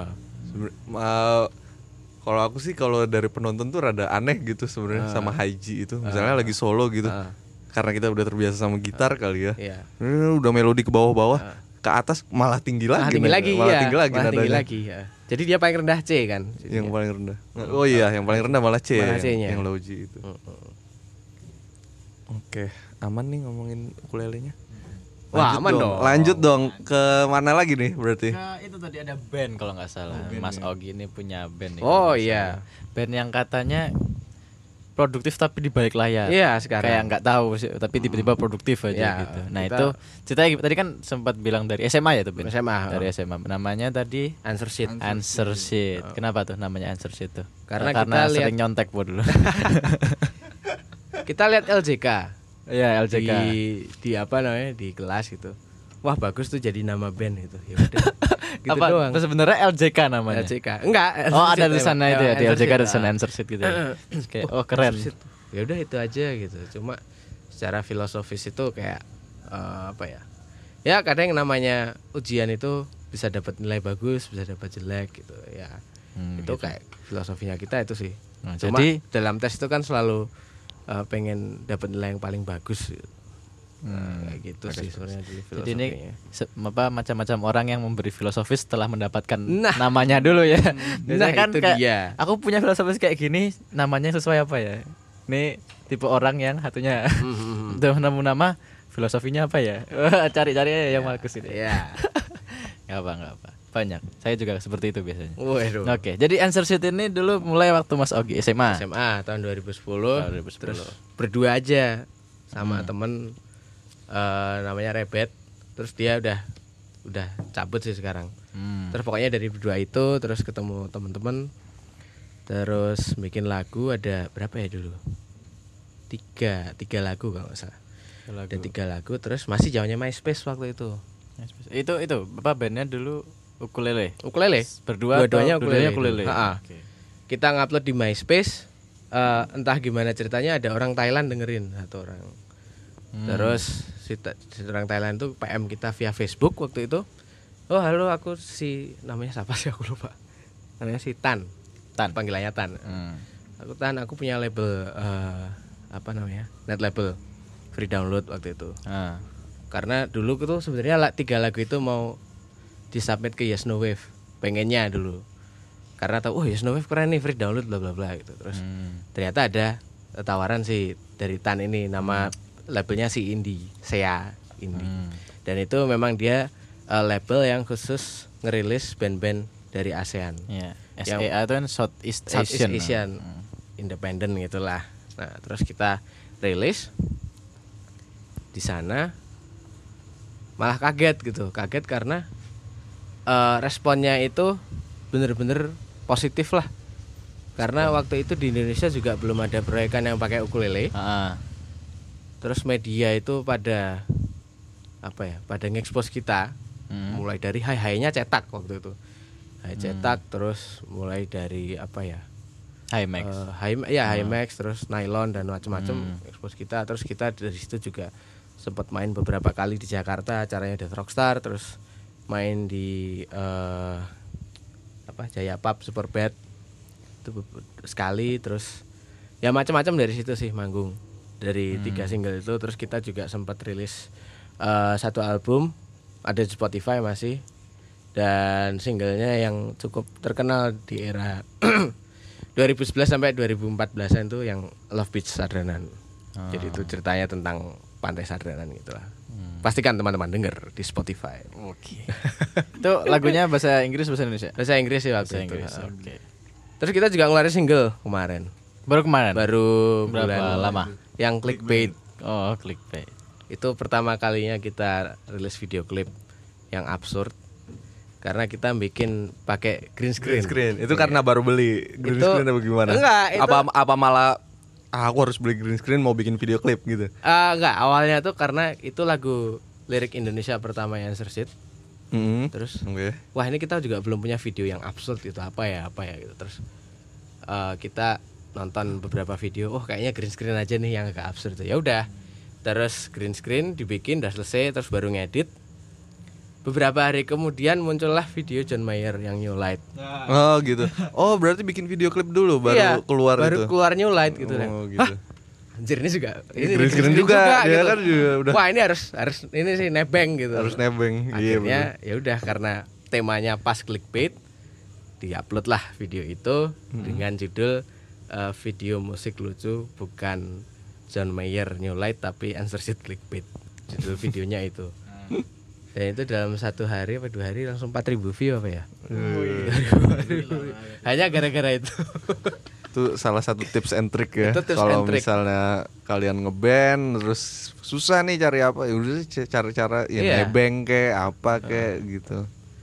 Kalau aku sih kalau dari penonton tuh rada aneh gitu sebenarnya sama high G itu. Misalnya lagi solo gitu. Karena kita udah terbiasa sama gitar kali ya. Iya. Udah melodi ke bawah-bawah, ke atas malah tinggi lagi. Tinggi lagi malah ya. tinggi lagi Malah tinggi nadanya. lagi ya. Jadi dia paling rendah C kan. Yang paling rendah. Oh iya, yang paling rendah malah C. Malah C-nya. Yang low G itu. Oke, aman nih ngomongin ukulelenya. Wah, aman dong. Lanjut dong ke mana lagi nih berarti? Nah, itu tadi ada band kalau nggak salah. Mas Ogi ini punya band nih. Oh, kalau nggak iya. salah. Band yang katanya produktif tapi di balik layar. Iya, sekarang. Kayak nggak tahu sih, tapi tiba-tiba produktif aja Ya, gitu. Nah, kita- itu ceritanya tadi kan sempat bilang dari SMA ya tuh, Ben? SMA. Dari SMA. Namanya tadi Answer sheet. Answer Sheet. Kenapa tuh namanya Answer Sheet tuh? Karena Karena kita sering nyontek Bu dulu. Kita lihat LJK. Iya, LJK. Di apa namanya di kelas gitu. Wah bagus tuh jadi nama band gitu. Ya udah. Gitu Apa? doang. Terus sebenarnya LJK namanya. LJK. Enggak. Oh, Answer ada sheet tulisannya emang. itu ya, di Answer LJK ada sheet, tulisan Answer Sheet gitu ya. Terus kayak oh keren. Answer sheet. Ya udah itu aja gitu. Cuma secara filosofis itu kayak apa ya? Ya kadang yang namanya ujian itu bisa dapat nilai bagus, bisa dapat jelek gitu ya. Itu gitu. kayak filosofinya kita itu sih. Nah, Cuma jadi dalam tes itu kan selalu pengen dapat nilai yang paling bagus gitu. Kayak gitu sih sebenarnya dulu jadi ini filosofinya. macam-macam orang yang memberi filosofis setelah mendapatkan Nah. namanya dulu ya. Biasanya kan itu kayak, dia. aku punya filosofis kayak gini, namanya sesuai apa ya? Ini tipe orang yang satunya udah nemu nama, filosofinya apa ya? Cari-cari aja yang bagus ini. Ya. Nggak apa. Banyak. Saya juga seperti itu biasanya. Waduh. Oke, jadi Answer Sheet ini dulu mulai waktu Mas Ogi SMA. SMA tahun 2010. Tahun 2010. Terus berdua aja sama temen namanya Rebet. Terus dia udah cabut sih sekarang. Terus pokoknya dari berdua itu terus ketemu temen-temen. Terus bikin lagu ada berapa ya dulu? Tiga lagu kalau nggak salah. Ada 3 lagu. Terus masih zamannya MySpace waktu itu. Itu apa bandnya dulu ukulele. Ukulele. Berdua Dua-duanya atau ukulele. ukulele. Ha-ha. Oke. Kita ngupload di MySpace. Entah gimana ceritanya ada orang Thailand dengerin satu orang. Terus si orang Thailand tuh PM kita via Facebook waktu itu. Oh halo, aku si namanya siapa sih aku lupa. Namanya si Tan. Panggilannya Tan. Aku Tan, aku punya label apa namanya? Net label free download waktu itu. Karena dulu tuh sebenarnya 3 lagu itu mau disubmit ke Yes No Wave. Pengennya dulu. Karena tahu Yes No Wave keren nih, free download bla bla bla gitu. Terus ternyata ada tawaran sih dari Tan ini, nama labelnya si Indie, Sea Indie. Dan itu memang dia label yang khusus ngerilis band-band dari ASEAN. SEA itu kan Southeast Asian. Independent gitulah. Nah, terus kita rilis di sana, malah kaget gitu. Kaget karena responnya itu bener-bener positif lah. Karena waktu itu di Indonesia juga belum ada proyekan yang pakai ukulele. Terus media itu pada pada ngekspos kita. Mulai dari high-nya cetak waktu itu. High cetak, terus mulai dari High Max, terus nylon dan macam-macam ekspos kita. Terus kita dari situ juga sempat main beberapa kali di Jakarta, acaranya Death Rockstar, terus main di Jaya Pub Superbad itu sekali. Terus ya macam-macam dari situ sih manggung. Dari 3 single itu. Terus kita juga sempat rilis 1 album, ada di Spotify masih, dan singlenya yang cukup terkenal di era 2011 sampai 2014an itu yang Love Beach Sadranan. Jadi itu ceritanya tentang pantai Sadranan gitu lah. Pastikan teman-teman denger di Spotify. Oke. Itu lagunya bahasa Inggris bahasa Indonesia? Bahasa Inggris sih waktu itu. Oke. Terus kita juga ngeluarin single kemarin. Baru Berapa bulan lama? Yang Clickbait. Oh, Clickbait. Itu pertama kalinya kita rilis video klip yang absurd. Karena kita bikin pakai green screen. Itu karena baru beli green screen atau gimana? Enggak, itu apa malah aku harus beli green screen mau bikin video klip gitu? Enggak, awalnya tuh karena itu lagu lirik Indonesia pertama yang Search It. Terus wah ini kita juga belum punya video yang absurd gitu, apa ya gitu. Terus kita nonton beberapa video, kayaknya green screen aja nih yang agak absurd. Ya udah. Terus green screen dibikin, udah selesai, terus baru ngedit. Beberapa hari kemudian muncullah video John Mayer yang New Light. Oh gitu. Oh berarti bikin video klip dulu baru keluar baru itu. Baru keluar New Light gitu kan. Gitu. Anjir ini juga. Ini green screen juga. Dia gitu. kan juga udah. Wah ini harus ini sih nebeng gitu. Harus nebeng. Akhirnya ya udah karena temanya pas clickbait, diupload lah video itu dengan judul video musik lucu bukan John Mayer New Light tapi Answer Sheet Clickbait. Judul videonya itu. Dan itu dalam 1 hari apa 2 hari langsung 4.000 view apa ya? Hanya gara-gara itu. Itu salah satu tips and trick ya. Kalau misalnya kalian ngeband terus susah nih cari apa, ya udah cara-cara nebeng kayak apa kayak gitu.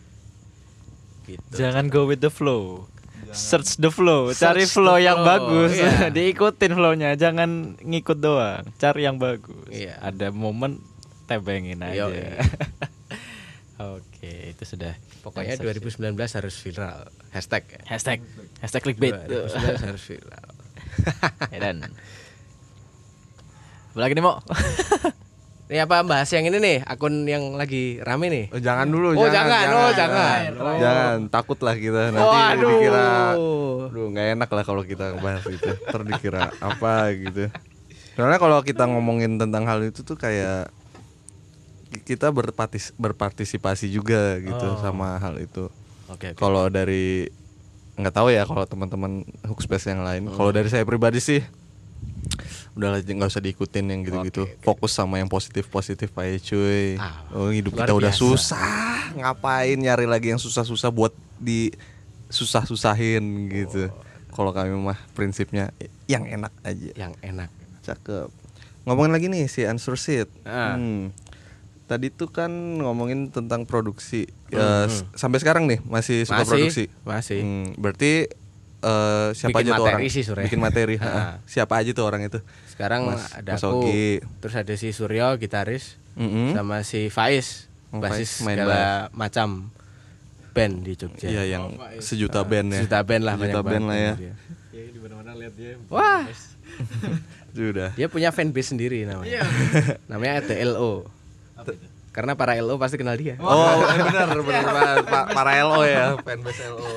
Jangan go with the flow. Search the flow, cari flow yang bagus. Diikutin flownya, jangan ngikut doang. Cari yang bagus. Ada momen tebengin aja. Oke, itu sudah. Pokoknya 2019 harus viral. Hashtag clickbait. 2019 harus viral. Dan lagi nih Mo. Ini apa bahas yang ini nih, akun yang lagi rame nih? Jangan dulu, jangan. Jangan, takut lah kita nanti dikira nggak enak lah kalau kita ngebahas itu. Ntar dikira apa gitu. Soalnya kalau kita ngomongin tentang hal itu tuh kayak kita berpartisipasi juga gitu sama hal itu. Okay. Kalau dari nggak tahu ya kalau teman-teman Hookspace yang lain. Kalau dari saya pribadi sih udahlah nggak usah diikutin yang gitu-gitu. Fokus sama yang positif aja cuy. Hidup kita udah susah, ngapain nyari lagi yang susah-susah buat di susah-susahin gitu. Kalau kami mah prinsipnya yang enak aja. Yang enak. Cakep. Ngomongin lagi nih si Answer Sheet. Tadi tuh kan ngomongin tentang produksi. Sampai sekarang nih masih suka produksi. Masih. Berarti siapa bikin aja tuh orang bikin materi. Siapa aja tuh orang itu? Sekarang ada aku, terus ada si Suryo gitaris, sama si Faiz basis segala macam band di Jogja. Iya yang sejuta band ya. Sejuta band lah, sejuta band lah ya. di mana-mana lihat dia. Wah. Sudah. Dia punya fanbase sendiri namanya. Namanya TLO. Apa itu? Karena para LO pasti kenal dia. Oh, benar para LO ya, fanbase LO.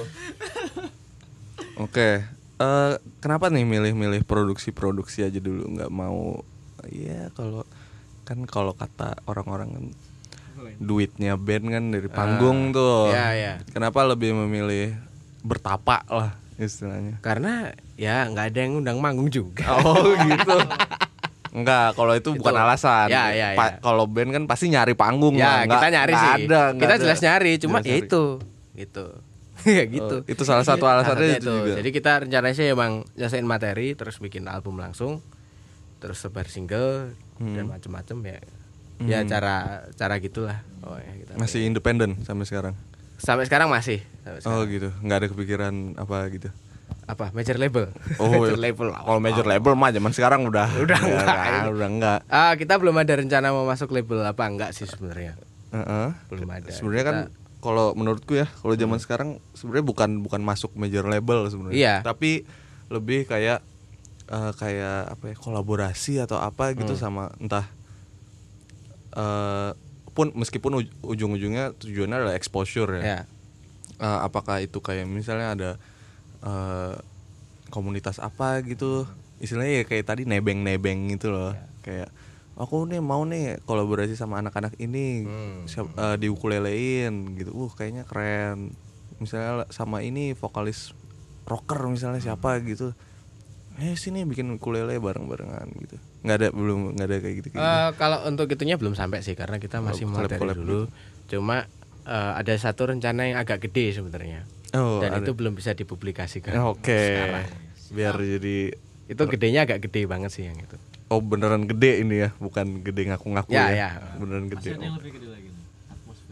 Oke. Kenapa nih milih-milih produksi aja dulu, nggak mau ya kalau kata orang-orang kan duitnya band kan dari panggung tuh. Iya. Kenapa lebih memilih bertapa lah istilahnya? Karena ya nggak ada yang undang manggung juga. Oh gitu. Enggak, kalau itu bukan alasan. Ya. Kalau band kan pasti nyari panggung Ya, lah. kita nyari sih. Kita jelas nyari, cuma Jelas ya nyari. itu. Gitu. Ya gitu. Itu salah satu alasannya Alasannya itu juga. Jadi kita rencananya sih emang nyesain materi terus bikin album langsung. Terus sebar single dan macem-macem ya. Ya cara gitulah. Oh ya kita Masih independen sampai sekarang. sampai sekarang masih. Oh gitu. Nggak ada kepikiran apa gitu. Apa major label? Oh, Major label. Kalau major label mah zaman sekarang udah enggak. udah enggak. Kita belum ada rencana mau masuk label apa enggak sih sebenarnya. Heeh. Belum ada. Sebenarnya kan kalau menurutku ya, kalau zaman sekarang sebenarnya bukan masuk major label sebenarnya. Iya. Tapi lebih kayak apa ya, kolaborasi atau apa gitu sama entah meskipun ujung-ujungnya tujuannya adalah exposure ya. Ya. Apakah itu kayak misalnya ada komunitas apa gitu, istilahnya ya kayak tadi nebeng gitu loh. Kayak aku nih mau nih kolaborasi sama anak-anak ini, di ukulelein gitu. Kayaknya keren. Misalnya sama ini vokalis rocker misalnya siapa gitu. Sini bikin ukulele bareng-barengan gitu. Nggak ada kayak gitu. Kalau untuk itunya belum sampai sih karena kita masih materi collab dulu. Cuma ada satu rencana yang agak gede sebenarnya. Dan itu belum bisa dipublikasikan. Oke. Sekarang. Biar jadi Itu gedenya agak gede banget sih yang itu. oh beneran gede ini ya, bukan gede ngaku-ngaku Ya. ya. Beneran gede. Ada yang lebih gede lagi nih. Atmosfer.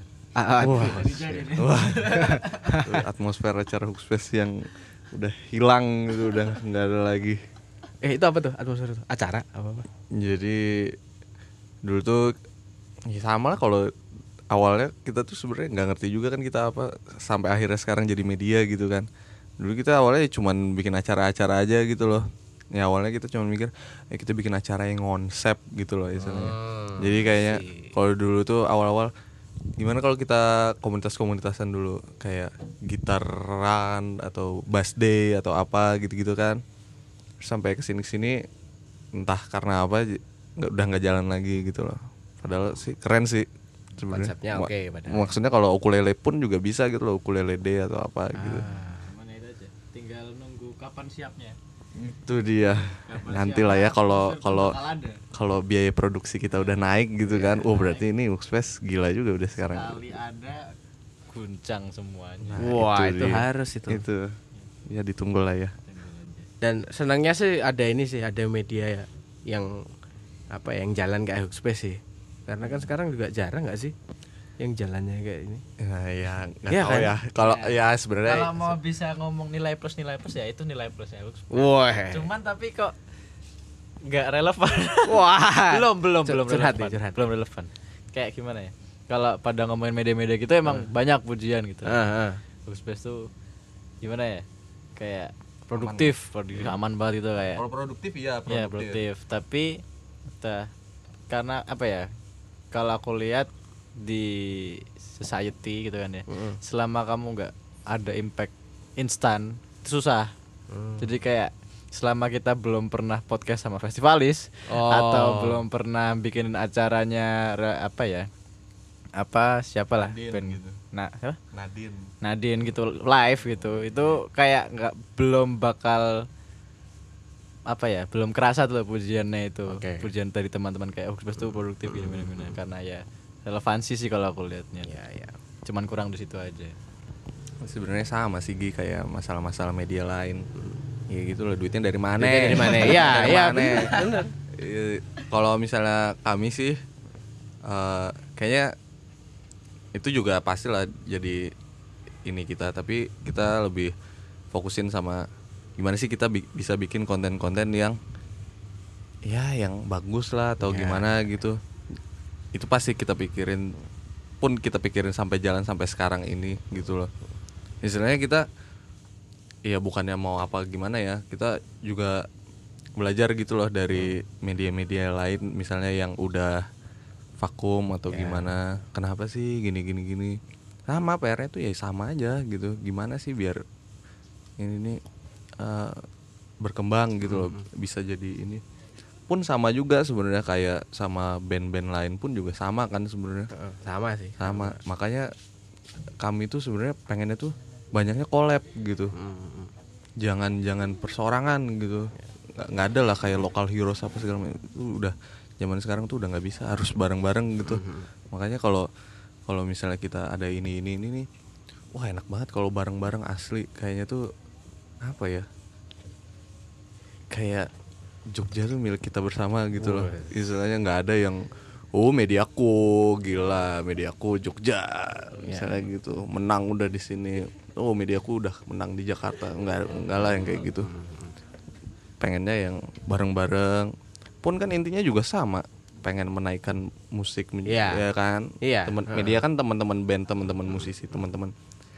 Atmosfer acara Hookspace yang udah hilang gitu, udah nggak ada lagi. Itu apa tuh atmosfer itu? Acara apa? Jadi dulu tuh ya sama lah, kalau awalnya kita tuh sebenarnya nggak ngerti juga kan kita apa sampai akhirnya sekarang jadi media gitu kan. Dulu kita awalnya cuman bikin acara-acara aja gitu loh. Ya awalnya kita cuma mikir kita bikin acara yang konsep gitu loh istilahnya. Jadi kayaknya kalau dulu tuh awal-awal gimana kalau kita komunitas-komunitasan dulu kayak gitaran atau bass day atau apa gitu-gitu kan. Sampai kesini entah karena apa udah nggak jalan lagi gitu loh. Padahal sih keren sih sebenarnya. Konsepnya oke, padahal. Maksudnya kalau ukulele pun juga bisa gitu loh, ukulele day atau apa gitu. Mana itu aja. Tinggal nunggu kapan siapnya. Itu dia. Nanti lah ya kalau biaya produksi kita udah naik gitu kan. Berarti ini Hookspace gila juga udah sekarang. Sekali ada guncang semuanya. Wah, itu dia. harus itu. Itu. Ya ditunggu lah ya. Dan senangnya sih ada media ya yang apa yang jalan kayak Hookspace sih. Karena kan sekarang juga jarang nggak sih yang jalannya kayak ini. Ya nggak Iya tahu kan? ya. Kalau ya sebenarnya Kalau mau bisa ngomong nilai plus ya itu nilai plus ya. Wah. Cuman tapi kok nggak relevan. Wah. belum Curhat relevan. nih, curhat. Belum relevan. Kayak gimana ya? Kalau pada ngomongin media-media gitu emang banyak pujian gitu. Hookspace tuh gimana ya? Kayak produktif, aman banget itu kayak. kalau produktif ya Ya produktif. Tapi karena apa ya? Kalau aku lihat di society gitu kan ya, selama kamu nggak ada impact instan itu susah. Jadi kayak selama kita belum pernah podcast sama festivalis atau belum pernah bikin acaranya siapalah band gitu. siapa? Nadine gitu live gitu, itu kayak belum bakal belum kerasa tuh pujiannya itu. Pujian dari teman-teman kayak Hookspace tuh produktif gini-gini karena ya relevansi sih kalau aku lihatnya. Ya. Cuman kurang di situ aja. Sebenarnya sama sih Gi, kayak masalah-masalah media lain. Ya gitu loh, duitnya dari mana? Iya, benar. Kalau misalnya kami sih kayaknya itu juga pastilah jadi ini kita, tapi kita lebih fokusin sama gimana sih kita bisa bikin konten-konten yang bagus lah atau gimana gitu. Itu pasti kita pikirin sampai jalan sampai sekarang ini gitu loh. Istilahnya kita ya bukannya mau apa gimana ya, kita juga belajar gitu loh dari media-media lain misalnya yang udah vakum atau gimana, kenapa sih gini sama PR-nya tuh ya sama aja gitu, gimana sih biar ini nih berkembang gitu loh, bisa jadi ini pun sama juga sebenarnya kayak sama band-band lain pun juga sama kan sebenarnya. Sama sih. Sama. Makanya kami tuh sebenarnya pengennya tuh banyaknya collab gitu. Jangan perseorangan gitu. Nggak ada lah kayak local heroes apa segala macam. Itu udah zaman sekarang tuh udah nggak bisa, harus bareng-bareng gitu. Makanya kalau misalnya kita ada ini nih, wah enak banget kalau bareng-bareng asli. Kayaknya tuh apa ya? Kayak Jogja tuh milik kita bersama gitu loh. Istilahnya nggak ada yang Mediaku gila, Mediaku Jogja misalnya gitu, menang udah di sini. Mediaku udah menang di Jakarta. Enggak lah yang kayak gitu. Pengennya yang bareng-bareng. Pun kan intinya juga sama, pengen menaikkan musik ya kan. Media kan teman-teman band, teman-teman musisi, teman-teman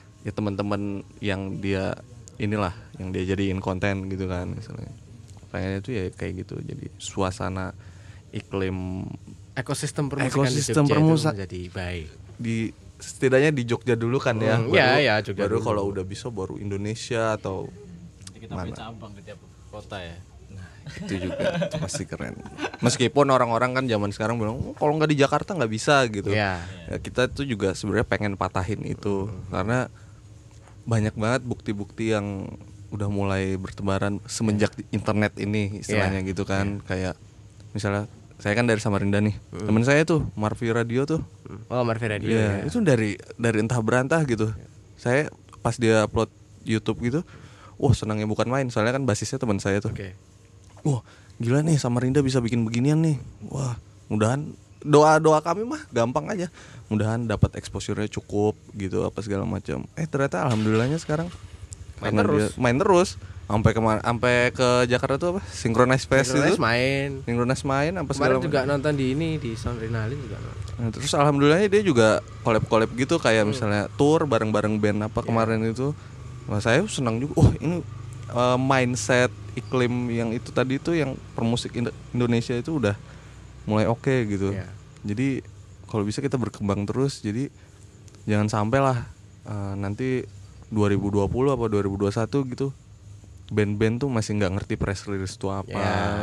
yang dia inilah yang dia jadiin konten gitu kan misalnya. Pengennya itu ya kayak gitu, jadi suasana iklim ekosistem permusikan jadi baik. Setidaknya di Jogja dulu kan ya. Jogja baru kalau udah bisa baru Indonesia atau kita punya cabang di tiap kota ya. Nah, itu juga masih keren. Meskipun orang-orang kan zaman sekarang bilang kalau nggak di Jakarta nggak bisa gitu. Ya, kita tuh juga sebenarnya pengen patahin itu karena banyak banget bukti-bukti yang udah mulai bertebaran semenjak internet ini istilahnya gitu kan. Kayak misalnya saya kan dari Samarinda nih, teman saya tuh Marvi Radio tuh. Marvi Radio ya. Itu dari entah berantah gitu. Saya pas dia upload YouTube gitu, senangnya bukan main, soalnya kan basisnya teman saya tuh. Wah gila nih Samarinda bisa bikin beginian nih. Wah mudahan doa kami mah gampang aja, mudahan dapat exposure-nya cukup gitu apa segala macam. Ternyata alhamdulillahnya sekarang main terus sampai ke Jakarta tuh apa Synchronize Fest itu main apa segala macam. Juga nonton di Soundrenalin juga nonton. Nah, terus alhamdulillahnya dia juga collab gitu kayak misalnya tour bareng-bareng band apa kemarin itu. Nah, saya senang juga. Ini mindset iklim yang itu tadi tuh yang permusik Indonesia itu udah mulai oke gitu. Jadi kalau bisa kita berkembang terus. Jadi jangan sampai lah nanti 2020 apa 2021 gitu band-band tuh masih nggak ngerti press release itu apa.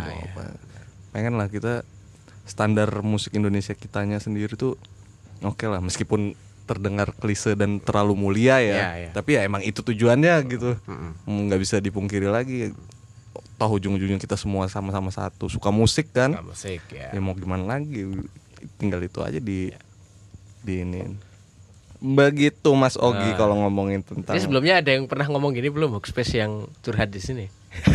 Pengen lah kita standar musik Indonesia kitanya sendiri tuh oke lah, meskipun terdengar klise dan terlalu mulia ya. Tapi ya emang itu tujuannya gitu. Nggak bisa dipungkiri lagi. Toh ujung-ujungnya kita semua sama-sama satu suka musik kan. Ya mau gimana lagi, tinggal itu aja di ini. Begitu Mas Ogi kalau ngomongin tentang. Ini sebelumnya ada yang pernah ngomong gini belum? Hoaxpace yang curhat di sini.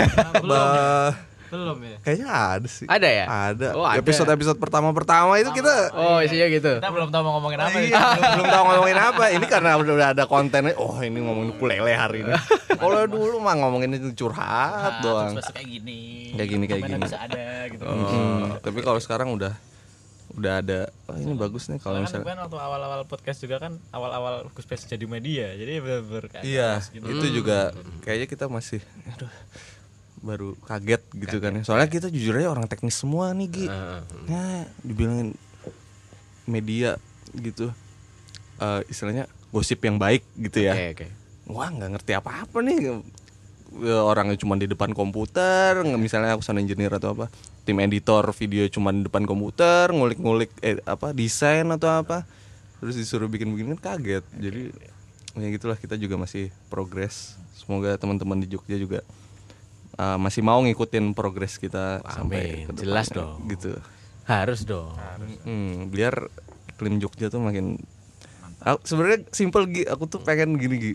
Belum ya. Kayaknya ada sih. Ada ya? Ada. Ada. Episode pertama itu kita. Isinya gitu. Kita belum tahu mau ngomongin apa. Belum tahu ngomongin apa. Ini karena udah ada kontennya. Ini ngomongin ukulele hari ini. Kalau dulu mah ngomongin itu curhat doang. Kayak gini. Kayak gini. Bisa ada gitu. Tapi kalau sekarang udah ada ini bagus nih kalau misalnya kan waktu awal-awal podcast juga kan awal-awal Hoaxpace jadi media, jadi bener-bener gitu. Itu juga kayaknya kita masih baru kaget gitu kan. Soalnya kita jujur aja orang teknis semua nih Gi. Dibilangin media gitu, istilahnya gosip yang baik gitu ya. Wah nggak ngerti apa-apa nih. Orangnya cuma di depan komputer, misalnya aku sound engineer atau apa, tim editor video cuma di depan komputer, ngulik-ngulik desain atau apa, terus disuruh bikin begini kan kaget. Jadi ya gitulah, kita juga masih progres. Semoga teman-teman di Jogja juga masih mau ngikutin progres kita sampai ke depan. Jelas dong. Gitu. Harus dong. Biar iklim Jogja tuh makin. Sebenarnya simple Gi, aku tuh pengen gini Gi.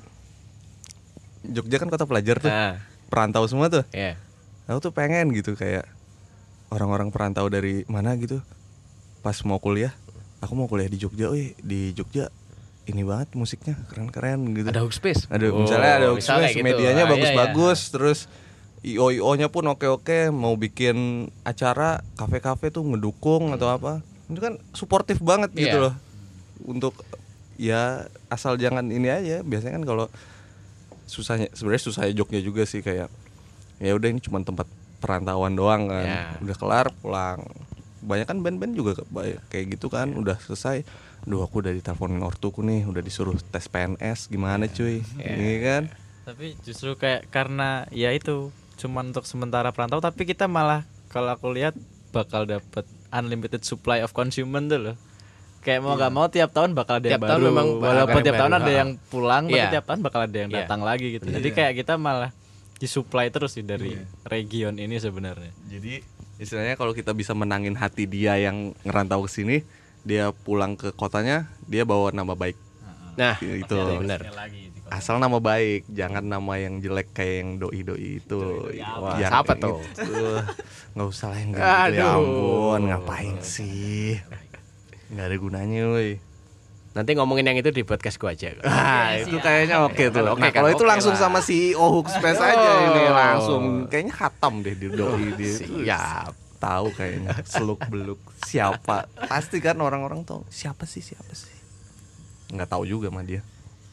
Jogja kan kota pelajar tuh, perantau semua tuh. Aku tuh pengen gitu kayak orang-orang perantau dari mana gitu, pas mau kuliah, aku mau kuliah di Jogja, di Jogja ini banget musiknya keren-keren gitu. Ada Hoaxpace. Misalnya ada Hoaxpace, gitu. medianya bagus-bagus, terus IO-nya pun oke-oke, mau bikin acara kafe-kafe tuh ngedukung atau apa. Itu kan suportif banget gitu loh. Untuk ya asal jangan ini aja. Biasanya kan kalau sebenarnya susahnya Jogja juga sih, kayak ya udah ini cuma tempat perantauan doang kan. Udah kelar pulang. Banyak kan band-band juga kayak gitu kan, udah selesai. Duh, aku udah diteleponin ortuku nih, udah disuruh tes PNS, gimana cuy? Ini kan. Tapi justru kayak karena ya itu cuma untuk sementara perantau, tapi kita malah kalau aku lihat bakal dapat unlimited supply of consumer tuh loh. Kayak mau nggak mau tiap tahun bakal ada yang Tiap tahun baru. memang Walaupun tiap baru. tahun ada yang pulang, tapi Iya. tiap tahun bakal ada yang datang lagi gitu. Jadi kayak kita malah disuplai terus sih dari region ini sebenarnya. Jadi istilahnya kalau kita bisa menangin hati dia yang ngerantau ke sini, dia pulang ke kotanya, dia bawa nama baik. Nah, Itu. benar. Asal nama baik, jangan nama yang jelek kayak yang doi itu. Wah, siapa tuh? Nggak usah lah yang gitu, ya Aduh. ampun, ngapain sih? Nggak ada gunanya, woi. Nanti ngomongin yang itu di podcast gua aja. Ah, itu kayaknya oke tuh. Oke Nah, kan, kalau itu oke langsung lah. sama CEO Hookspace aja ini langsung. Kayaknya khatam deh di doi dia. Siap. Tahu kayaknya seluk beluk siapa. Pasti kan orang-orang tahu siapa sih. Nggak tahu juga mah dia.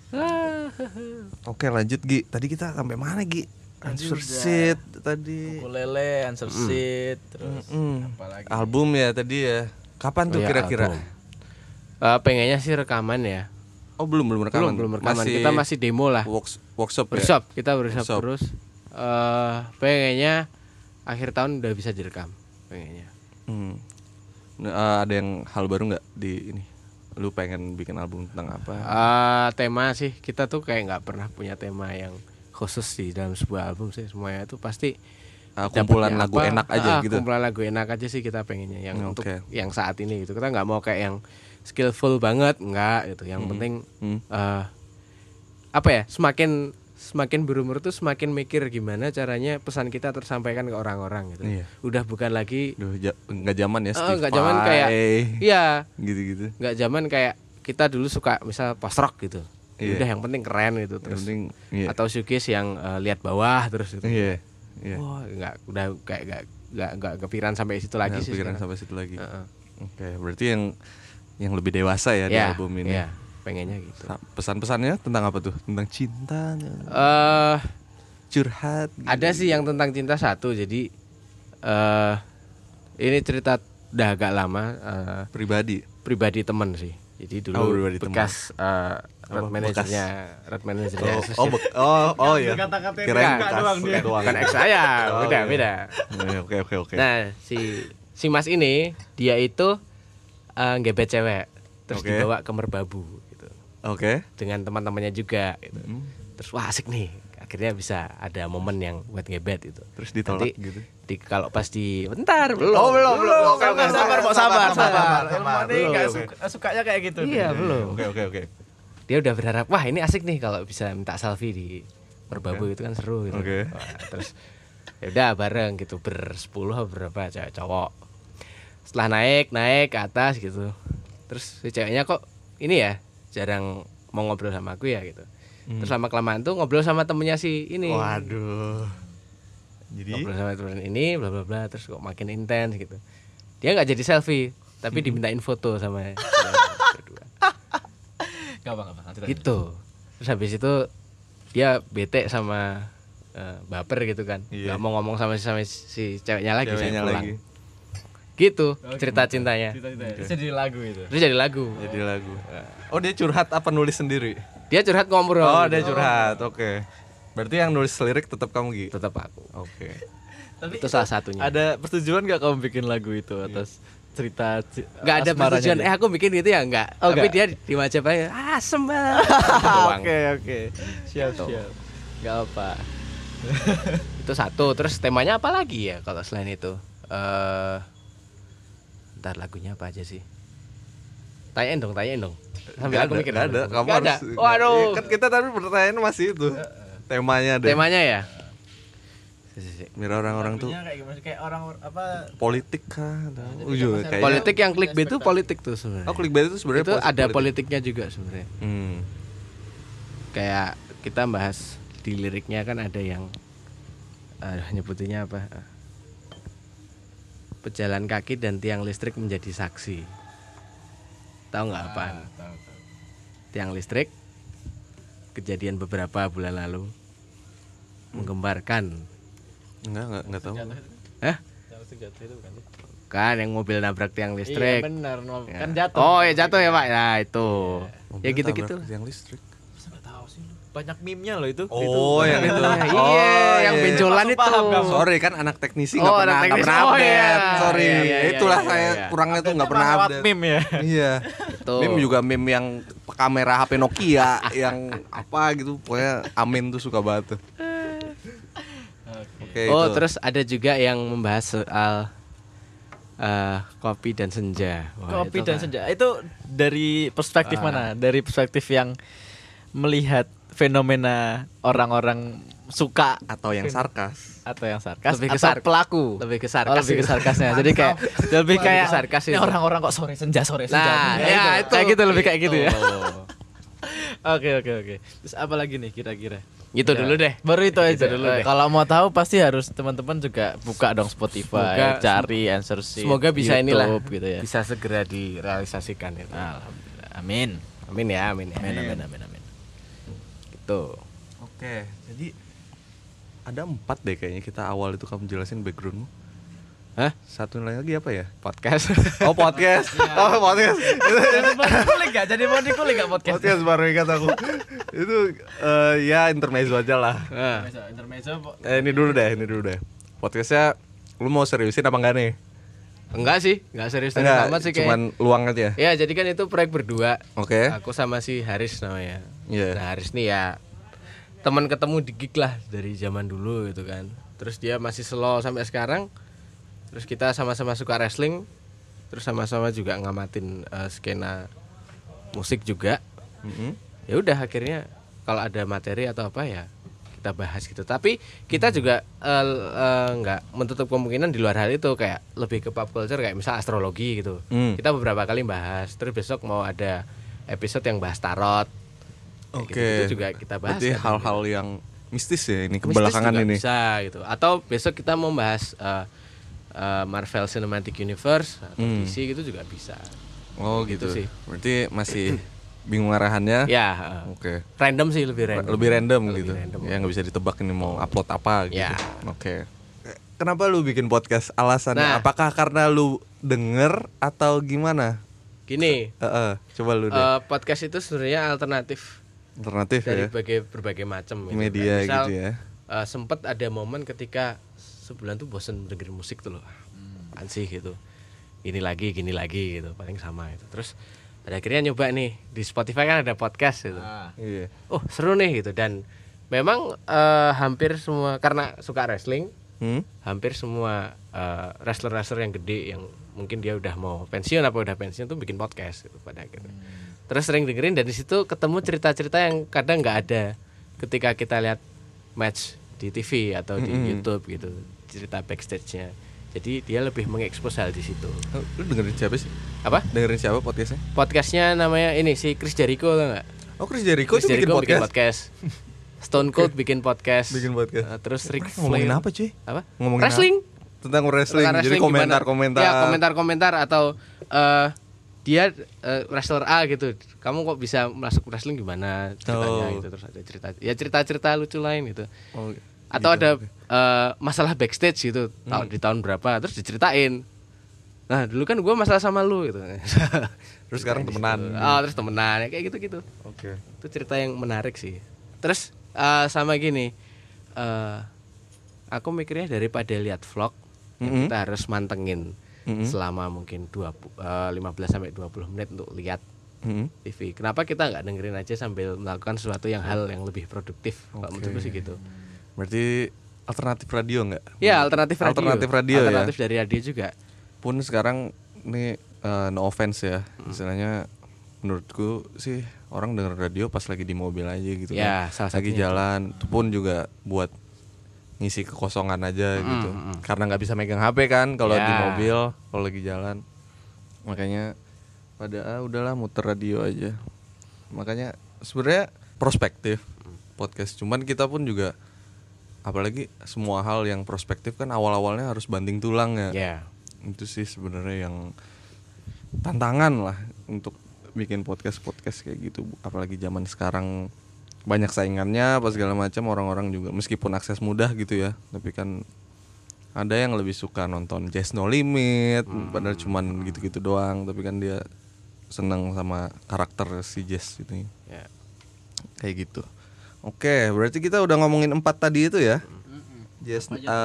Oke, lanjut Gi. Tadi kita sampai mana Gi? Answer sheet tadi. Ukulele, answer sheet, terus apalagi. Album ya tadi ya. Kapan tuh Oh ya, kira-kira? album. Pengennya sih rekaman ya. Oh, belum rekaman. Belum rekaman. Kita masih demo lah. Workshop ya. Workshop, kita workshop Workshop. terus. Pengennya akhir tahun udah bisa direkam. Pengennya. Nah, ada yang hal baru nggak di ini? Lu pengen bikin album tentang apa? Tema sih kita tuh kayak nggak pernah punya tema yang khusus di dalam sebuah album sih. Semuanya itu pasti Kumpulan dapatnya lagu apa, enak aja gitu. Kumpulan lagu enak aja sih kita pengennya yang untuk Oke. yang saat ini gitu. Kita nggak mau kayak yang skillful banget, enggak gitu. Yang penting apa ya? Semakin berumur tuh semakin mikir gimana caranya pesan kita tersampaikan ke orang-orang gitu. Iya. Udah bukan lagi Duh, nggak zaman ya Steve nggak zaman kayak Vai, iya, gitu-gitu. nggak zaman kayak kita dulu suka misal post rock gitu. Iya. Udah yang penting keren gitu Yang terus. penting, iya. Atau shoegaze yang lihat bawah terus gitu. Iya. Wah, udah kayak nggak kepikiran sampai situ lagi Nggak sih. kepikiran sekarang. sampai situ lagi. Heeh. Oke, berarti yang lebih dewasa ya di Iya, album ini. iya, pengennya gitu. Pesan-pesannya tentang apa tuh? Tentang cinta, curhat. Gitu. Ada sih yang tentang cinta satu. Jadi ini cerita udah agak lama pribadi temen sih. Jadi dulu pribadi bekas road manajernya Oh iya. Kata-kata Kirain buka bekas doang dia. doang. bukan ex saya, beda. Oke. Nah, si Mas ini dia itu ngebet cewek terus Oke. dibawa ke Merbabu gitu. Oke. Dengan teman-temannya juga gitu. Terus wah asik nih. Akhirnya bisa ada momen yang buat ngebet itu. Terus ditolak Nanti, gitu. Kalau pas di bentar belum. Oke, Sabar. Belum, Ini nggak oke. sukanya kayak gitu. Iya, belum. Oke. Dia udah berharap wah ini asik nih kalau bisa minta selfie di Merbabu itu kan seru gitu. Oke. Wah, terus ya udah bareng gitu bersepuluh atau berapa cewek cowok. Setelah naik ke atas gitu. Terus si ceweknya kok ini ya jarang mau ngobrol sama aku ya gitu. Terus lama kelamaan tuh ngobrol sama temennya si ini. Waduh. Jadi Ngobrol sama temen ini bla bla bla terus kok makin intens gitu. Dia nggak jadi selfie tapi dimintain foto sama berdua. Gak apa-apa. Gitu. Terus habis itu dia bete sama baper gitu kan. Iya. Nggak mau ngomong sama si ceweknya lagi saya ceweknya pulang. lagi. Gitu cerita cintanya. Terus jadi lagu itu. Terus jadi lagu. Jadi lagu. Oh, dia curhat apa nulis sendiri? Dia curhat ngobrol. Oh, gitu. dia curhat. Oke. Berarti yang nulis lirik tetap kamu, Gi? Tetap aku. Oke. Tapi Itu salah satunya. Ada persetujuan gak kamu bikin lagu itu atas cerita Nggak ada asmaranya persetujuan. dia? Aku bikin gitu ya enggak. Oh, Tapi enggak? dia di wajah banget. Asem banget. Doang. Oke. Siap. Gak apa. Itu satu. Terus temanya apa lagi ya kalau selain itu? Ntar lagunya apa aja sih? Tanyain dong. Sambil aku mikir. Nggak ada. Kamu Nggak ada. harus. Waduh. Kan kita tadi pertanyaan masih itu. Temanya deh. Temanya ya. Biar orang-orang tuh Lagunya kayak gimana sih? Kayak orang apa? politik kah? Kayak Politik yang clickbait itu politik tuh sebenarnya. Oh, clickbait itu sebenarnya Itu ada politik. politiknya juga sebenarnya. Hmm. Kayak kita bahas di liriknya kan ada yang nyebutinnya apa? Pejalan kaki dan tiang listrik menjadi saksi. Tahu nggak apaan? Tahu. Tiang listrik kejadian beberapa bulan lalu menggembarkan. Enggak tahu. Hah? Yang sejatuh itu bukan sih? Kan yang mobil nabrak tiang listrik. Iya benar, Ya. kan jatuh. Oh ya jatuh ya Pak. Nah itu. Mobil Ya gitu-gitu. tabrak tiang listrik. Masa nggak tahu sih lu? Banyak meme-nya loh itu. Oh, yang itu. Iya, yang benjolan Langsung itu. paham kamu. Sorry kan anak teknisi Oh, nggak anak pernah teknisi. update. Oh, iya. Sorry, Iya, iya, itulah iya, saya iya. kurangnya tuh nggak pernah Lewat update. meme ya. Iya. Tuh. Meme juga meme yang kamera HP Nokia yang apa gitu, pokoknya Amin tuh suka banget tuh. Oke, Oh, itu. terus ada juga yang membahas soal kopi dan senja. Wah, Kopi itu dan kan. senja itu dari perspektif mana? Dari perspektif yang melihat fenomena orang-orang suka atau yang sarkas. atau yang sarkas Lebih ke atau pelaku lebih ke sarkas. lebih ke sih. sarkasnya. Jadi kayak lebih kayak sarkas "Ini itu. orang-orang kok sore senja. Nah, ya, itu. Kayak gitu lebih kayak gitu ya. Tuh. Oke. Terus apa lagi nih kira-kira? Gitu dulu deh. Baru itu aja. dulu deh. Kalau mau tahu pasti harus teman-teman juga buka dong Spotify, Semoga- cari answer sheet. Semoga bisa inilah YouTube gitu ya. bisa segera direalisasikan itu. Alhamdulillah. Amin. Amin ya, amin ya. Amin. Gitu. Oke, jadi ada 4 deh kayaknya kita awal itu kamu jelasin backgroundmu. Hah? Satu lagi apa ya? Podcast. Oh podcast. Oh podcast. Jadi mau dikulik gak? Jadi mau dikulik gak podcast? Podcast baru ingat aku. Itu ya intermezzo aja lah. Nah, Intermezzo. Ini dulu deh. Podcastnya lu mau seriusin apa enggak nih? enggak sih, enggak serius Enggak, amat sih kayak. cuman luang aja. Ya, jadi kan itu proyek berdua. Oke. Aku sama si Haris namanya. Iya. Nah, Haris nih ya teman ketemu di gig lah dari zaman dulu gitu kan. Terus dia masih slow sampai sekarang. Terus kita sama-sama suka wrestling. Terus sama-sama juga ngamatin skena musik juga. Mm-mm. Ya udah akhirnya kalau ada materi atau apa ya kita bahas gitu. Tapi kita juga nggak menutup kemungkinan di luar hal itu kayak lebih ke pop culture kayak misal astrologi gitu. Kita beberapa kali bahas. Terus besok mau ada episode yang bahas tarot. Kayak Oke. gitu-gitu juga kita bahas. Berarti kan. hal-hal yang mistis ya ini Mistis kebelakangan juga ini. bisa gitu. Atau besok kita mau bahas Marvel Cinematic Universe atau DC gitu juga bisa. Oh gitu. Gitu sih. Berarti masih bingung arahannya. Ya, Oke. random sih lebih random. Lebih random Lebih gitu. random. Ya nggak bisa ditebak ini mau upload apa gitu. Ya. Oke. Kenapa lu bikin podcast? Alasannya Nah. apakah karena lu denger atau gimana? Gini, Coba lu deh. podcast itu sebenarnya alternatif Alternatif dari ya. berbagai macam gitu. Media Kayak misal, gitu ya. Sempet ada momen ketika sebulan tuh bosen dengerin musik tuh loh. Apaan sih gitu. Gini lagi gitu, paling sama itu. Terus pada akhirnya nyoba nih di Spotify kan ada podcast gitu. Iya. Oh, seru nih gitu dan memang hampir semua karena suka wrestling, hampir semua wrestler-wrestler yang gede yang mungkin dia udah mau pensiun apa udah pensiun tuh bikin podcast gitu pada akhirnya. Terus sering dengerin dan di situ ketemu cerita-cerita yang kadang nggak ada ketika kita lihat match di TV atau di YouTube gitu, cerita backstage-nya. Jadi dia lebih mengekspos hal di situ. Lu dengerin siapa sih? Apa? Dengerin siapa podcastnya? Podcastnya namanya ini si Chris Jericho tau nggak? Oh Chris Jericho Chris tuh bikin Jericho podcast. Stone Cold bikin podcast. Bikin podcast. Terus Ric Ngomongin Flair. apa cuy? Apa? Ngomongin wrestling. Tentang wrestling. Tentang Jadi wrestling gimana? komentar-komentar. Ya, komentar-komentar atau dia wrestler A gitu. Kamu kok bisa masuk wrestling gimana ceritanya gitu. Terus ada cerita-cerita lucu lain gitu. Oh, Atau gitu, ada oke. masalah backstage gitu di tahun berapa terus diceritain. Nah, dulu kan gue masalah sama lu gitu. Terus sekarang temenan. Terus temenan ya, kayak gitu-gitu. Oke. Itu cerita yang menarik sih. Terus sama gini, aku mikirnya daripada lihat vlog, ya kita harus mantengin selama mungkin 15 sampai 20 menit untuk lihat TV. Kenapa kita nggak dengerin aja sambil melakukan sesuatu yang hal yang lebih produktif? Kalau menurutku sih gitu. Berarti alternatif radio nggak? Ya, alternatif radio. Alternatif radio ya. Alternatif dari radio juga. Pun sekarang ini no offense ya, istilahnya menurutku sih orang denger radio pas lagi di mobil aja gitu Ya, kan. salah Lagi satunya jalan, itu pun juga buat ngisi kekosongan aja gitu. Karena nggak bisa megang HP kan kalau Ya. di mobil, kalau lagi jalan. Makanya pada udahlah muter radio aja. Makanya sebenarnya prospektif podcast, cuman kita pun juga apalagi semua hal yang prospektif kan awal-awalnya harus banting tulang ya. Ya. Itu sih sebenarnya yang tantangan lah untuk bikin podcast kayak gitu, apalagi zaman sekarang banyak saingannya apa segala macam, orang-orang juga meskipun akses mudah gitu ya, tapi kan ada yang lebih suka nonton Jazz No Limit, padahal cuman gitu-gitu doang, tapi kan dia seneng sama karakter si Jazz gitu Ya. kayak gitu. Oke, berarti kita udah ngomongin 4 tadi itu ya. Jazz,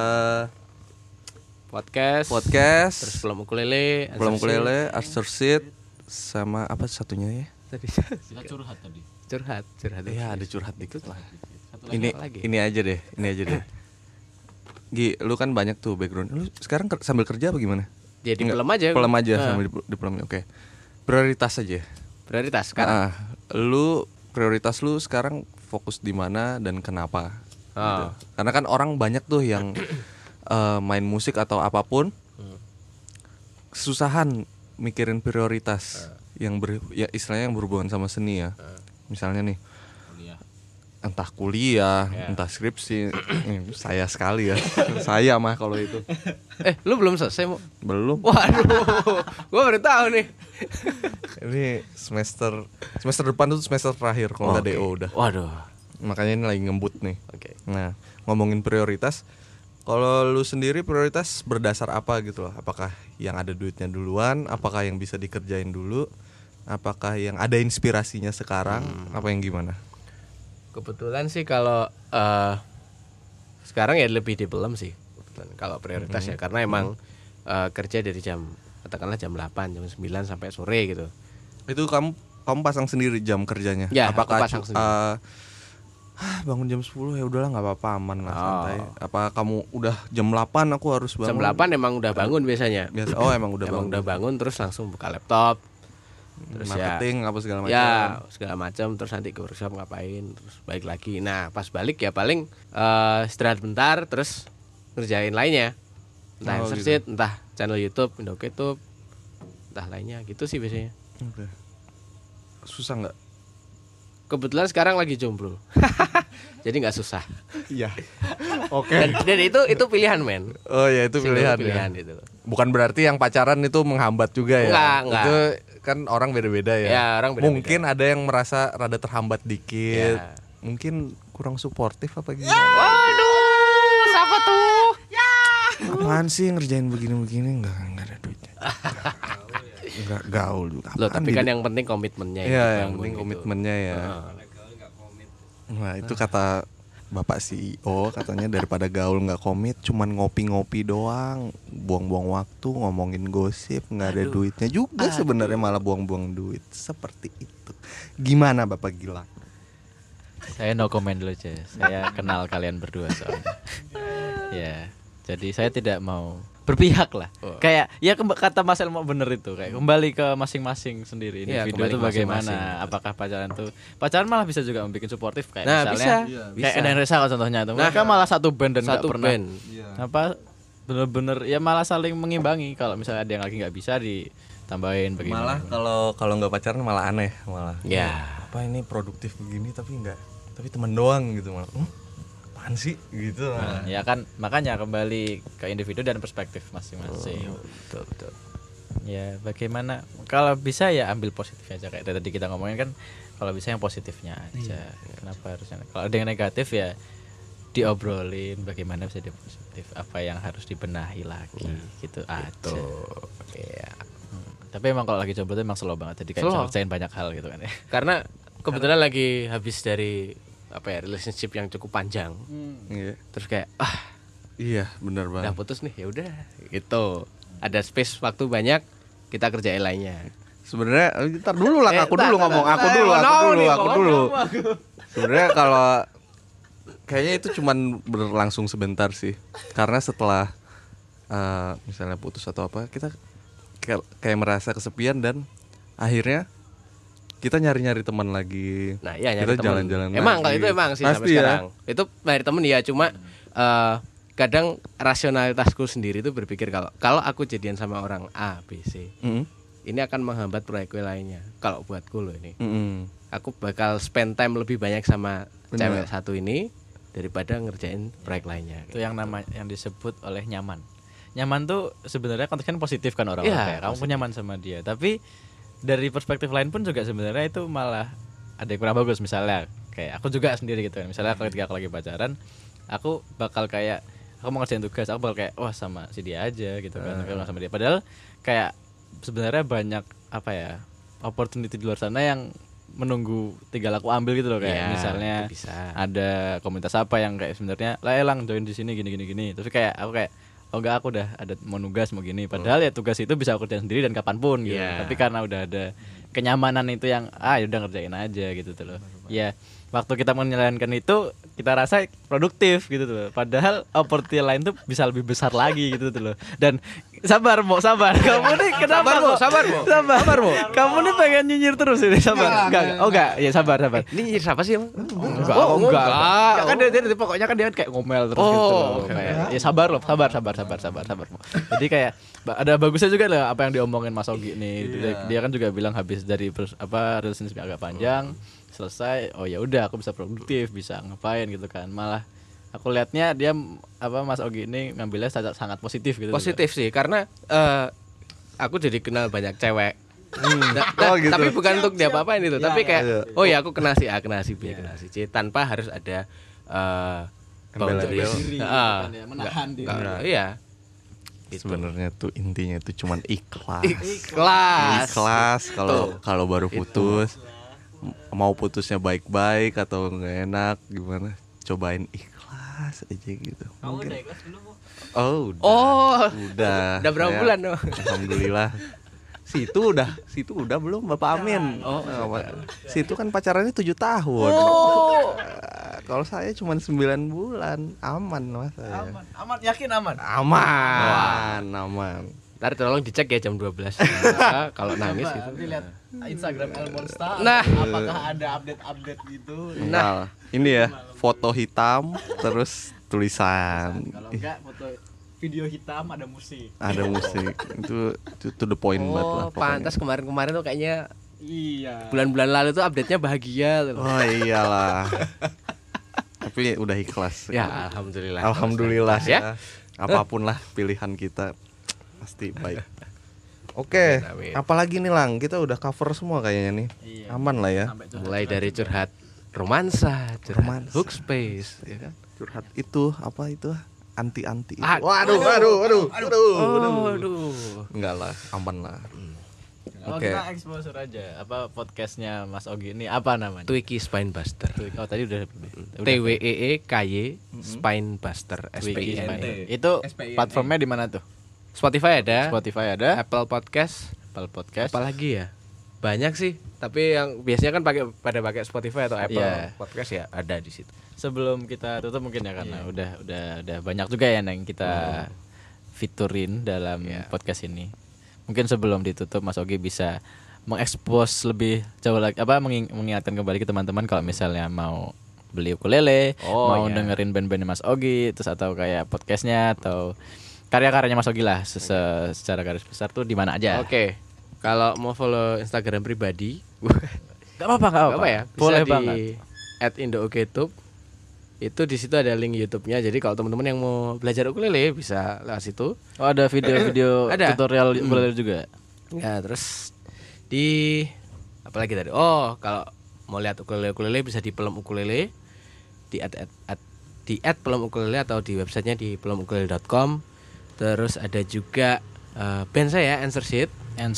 Podcast, terus podcast, ukulele, Arthur Seed, sama apa satunya ya? tadi Kita curhat tadi. curhat. Iya, ada curhat dikit lah. Satu lagi. Ini aja deh. Gi, lu kan banyak tuh background. Lu sekarang sambil kerja apa gimana? Jadi Enggak, film aja. Film aja sambil di film. Oke. Prioritas aja. Prioritas sekarang. Lu prioritas lu sekarang fokus di mana dan kenapa? Gitu. Oh. Karena kan orang banyak tuh yang main musik atau apapun susahan mikirin prioritas yang ya istilahnya yang berhubungan sama seni ya. Misalnya nih, entah kuliah, entah skripsi. Saya sekali ya. Saya mah kalau itu. Lu belum selesai, Mo? Belum. Waduh, gua baru tahu nih. Ini semester depan tuh semester terakhir kalau nggak DO udah. Waduh. Makanya ini lagi ngembut nih. Oke. Nah, ngomongin prioritas, kalau lu sendiri prioritas berdasar apa gitu loh? Apakah yang ada duitnya duluan? Apakah yang bisa dikerjain dulu? Apakah yang ada inspirasinya sekarang? Apa yang gimana? Kebetulan sih kalau sekarang ya lebih di film sih. Kebetulan kalau prioritas ya karena emang kerja dari katakanlah jam 8, jam 9 sampai sore gitu. Itu kamu pasang sendiri jam kerjanya? Ya, apakah aku pasang sendiri. bangun jam 10 ya udahlah nggak apa-apa, aman lah, santai. Apa kamu udah jam 8 aku harus bangun? Jam 8 emang udah bangun biasanya. Biasa. Emang udah bangun. Udah bangun terus langsung buka laptop. Terus marketing apa segala macam. Ya, segala macam, terus nanti ke workshop ngapain, terus balik lagi. Nah, pas balik ya paling istirahat bentar terus ngerjain lainnya. Entah Oh, Exercise, entah channel YouTube, Indo YouTube, entah lainnya gitu sih biasanya. Oke. Susah nggak? Kebetulan sekarang lagi jomblo. Jadi nggak susah. Iya. Oke. Dan itu pilihan, men. Oh ya, itu pilihan ya. Itu. Bukan berarti yang pacaran itu menghambat juga ya. Enggak. Itu kan orang beda-beda ya. Ya, orang beda-beda. Mungkin ada yang merasa rada terhambat dikit. Ya. Mungkin kurang suportif apa gimana? Waduh, siapa tuh? Apaan sih ngerjain begini-begini, enggak ada duitnya. Enggak gaul juga. Loh, tapi kan yang penting komitmennya. Iya, yang dibangun penting gitu. komitmennya ya. Nah, itu kata Bapak CEO, katanya daripada gaul nggak komit, cuman ngopi-ngopi doang, buang-buang waktu ngomongin gosip, nggak ada duitnya juga sebenarnya, malah buang-buang duit. Seperti itu. Gimana Bapak Gilang? Saya no comment dulu aja. Saya kenal kalian berdua soalnya. Ya, jadi saya tidak mau berpihak lah. Kayak ya kata Mas Elmo bener itu, kayak kembali ke masing-masing sendiri. Ini Iya, video kembali itu ke bagaimana? masing-masing. Apakah pacaran malah bisa juga membuat suportif kayak Nah, misalnya bisa. kayak Eden Reza kan contohnya itu. Mereka malah satu band dan nggak Satu pernah band. apa bener-bener ya malah saling mengimbangi. Kalau misalnya ada yang lagi nggak bisa ditambahin bagaimana. Malah kalau nggak pacaran malah aneh malah. Ya. Apa ini produktif begini tapi teman doang gitu malah. Apaan sih gitu. Nah, ya kan makanya kembali ke individu dan perspektif masing-masing. Betul. Ya bagaimana kalau bisa ya ambil positifnya aja kayak tadi kita ngomongin kan, kalau bisa yang positifnya aja. Kenapa harusnya kalau ada yang negatif ya diobrolin bagaimana bisa positif, apa yang harus dibenahi lagi gitu aja. Iya. Tapi emang kalau lagi coba tuh emang slow banget, jadi kayak bisa ngerjain banyak hal gitu kan ya. Karena kebetulan lagi habis dari relationship yang cukup panjang. Iya. Terus kayak Iya, benar udah banget. putus nih, ya udah gitu. Ada space waktu banyak, kita kerjain lainnya. Sebenarnya ntar dulu lah, aku dulu ngomong, aku dulu. Sebenarnya kalau kayaknya itu cuman berlangsung sebentar sih. Karena setelah misalnya putus atau apa, kita kayak merasa kesepian dan akhirnya kita nyari-nyari teman lagi. Nah, iya, kita nyari teman. jalan-jalan. Emang lagi. kalau itu emang sih Pasti sampai ya. sekarang. Itu nyari temen ya, cuma kadang rasionalitasku sendiri itu berpikir kalau aku jadian sama orang A, B, C, ini akan menghambat proyekku lainnya. Kalau buatku loh ini. Aku bakal spend time lebih banyak sama cewek satu ini daripada ngerjain proyek lainnya. Itu yang yang disebut oleh nyaman. Nyaman tuh sebenarnya konteksnya positif kan orang Iya, kayak kamu pun nyaman sama dia. Tapi dari perspektif lain pun juga sebenarnya itu malah ada yang kurang bagus. Misalnya kayak aku juga sendiri gitu kan. Misalnya ketika aku lagi pacaran, aku bakal kayak aku mau ngerjain tugas, aku bakal kayak wah sama si dia aja gitu kan, sama dia. Padahal kayak sebenarnya banyak apa ya opportunity di luar sana yang menunggu tinggal aku ambil gitu loh, kayak misalnya ada komunitas apa yang kayak sebenarnya Elang join di sini gini terus kayak aku kayak oh enggak, aku udah ada mau nugas mau gini, padahal ya tugas itu bisa aku kerjain sendiri dan kapanpun gitu. Tapi karena udah ada kenyamanan itu yang udah ngerjain aja gitu tuh loh. Ya waktu kita menjalankan itu kita rasa produktif gitu tuh, padahal opportunity lain tuh bisa lebih besar lagi gitu tuh loh. Dan sabar kamu nih kenapa sabar Mo kamu nih pengen nyinyir terus ini, sabar enggak ya sabar ini nyinyir siapa sih emang? Enggak kan dia pokoknya kan dia kayak ngomel terus gitu loh. Kayak ya sabar Mo. Jadi kayak ada bagusnya juga lah apa yang diomongin Mas Ogi nih. Dia kan juga bilang habis dari relationship agak panjang selesai, oh ya udah aku bisa produktif, bisa ngapain gitu kan. Malah aku lihatnya dia Mas Ogi ini ngambilnya sangat positif gitu. Positif sih karena aku jadi kenal banyak cewek. Gitu. Tapi bukan untuk dia apa-apain itu, tapi kayak oh ya aku kenal si A, kenal si B, kenal si C tanpa harus ada boundary. Menahan diri. Iya. Sebenarnya tuh intinya itu cuman ikhlas. Ikhlas. Kalau baru putus, mau putusnya baik-baik atau nggak enak gimana, cobain ikhlas aja gitu. Kamu udah ikhlas belum? Udah berapa bulan loh? Alhamdulillah. Situ udah belum Bapak Amin. Situ kan pacarannya 7 tahun. Kalau saya cuma 9 bulan, aman Mas saya. Aman, yakin aman. Aman. Ntar tolong dicek ya jam 12. Kalau nangis itu. Lihat Instagram Elmonsta. Nah, apakah ada update gitu? Nah, ini ya, foto hitam terus tulisan. Kalau enggak foto video hitam ada musik. Ada musik. Itu to the point banget lah pokoknya. Pantas kemarin tuh kayaknya iya. Bulan-bulan lalu tuh update-nya bahagia tuh. Oh iyalah. Tapi udah ikhlas. Ya, alhamdulillah. Alhamdulillah ya. Apapun lah pilihan kita pasti baik. Oke, apalagi nih Lang, kita udah cover semua kayaknya nih. Iya. Aman lah ya. Mulai dari curhat romansa, curhat hook space, ya kan? Curhat itu apa itu? Anti-anti. Waduh. Enggak lah, aman lah. Oke. Kita exposure aja. Apa podcastnya Mas Ogi ini apa namanya? Twiki Spinebuster. Oh tadi udah TWEEKY Spinebuster SPIN. Itu platformnya di mana tuh? Spotify ada, Apple Podcast. Apalagi ya? Banyak sih, tapi yang biasanya kan pada pakai Spotify atau Apple Podcast ya ada di situ. Sebelum kita tutup mungkin ya karena udah banyak juga ya yang kita fiturin dalam podcast ini. Mungkin sebelum ditutup Mas Ogi bisa mengekspos lebih jauh lagi, mengingatkan kembali ke teman-teman kalau misalnya mau beli ukulele, dengerin band-band Mas Ogi, terus atau kayak podcastnya atau karya-karyanya Mas Ogi lah secara garis besar tuh di mana aja. Oke. Kalau mau follow Instagram pribadi, Gak apa-apa ya. Boleh banget. @indooktube. Itu di situ ada link YouTube-nya. Jadi kalau teman-teman yang mau belajar ukulele bisa lewat situ. Oh, ada video-video tutorial ukulele juga. Ya, terus di apalagi tadi? Oh, kalau mau lihat ukulele bisa di Pelem Ukulele di @pelem ukulele atau di websitenya di pelemukulele.com. Terus ada juga band saya Answer Sheet.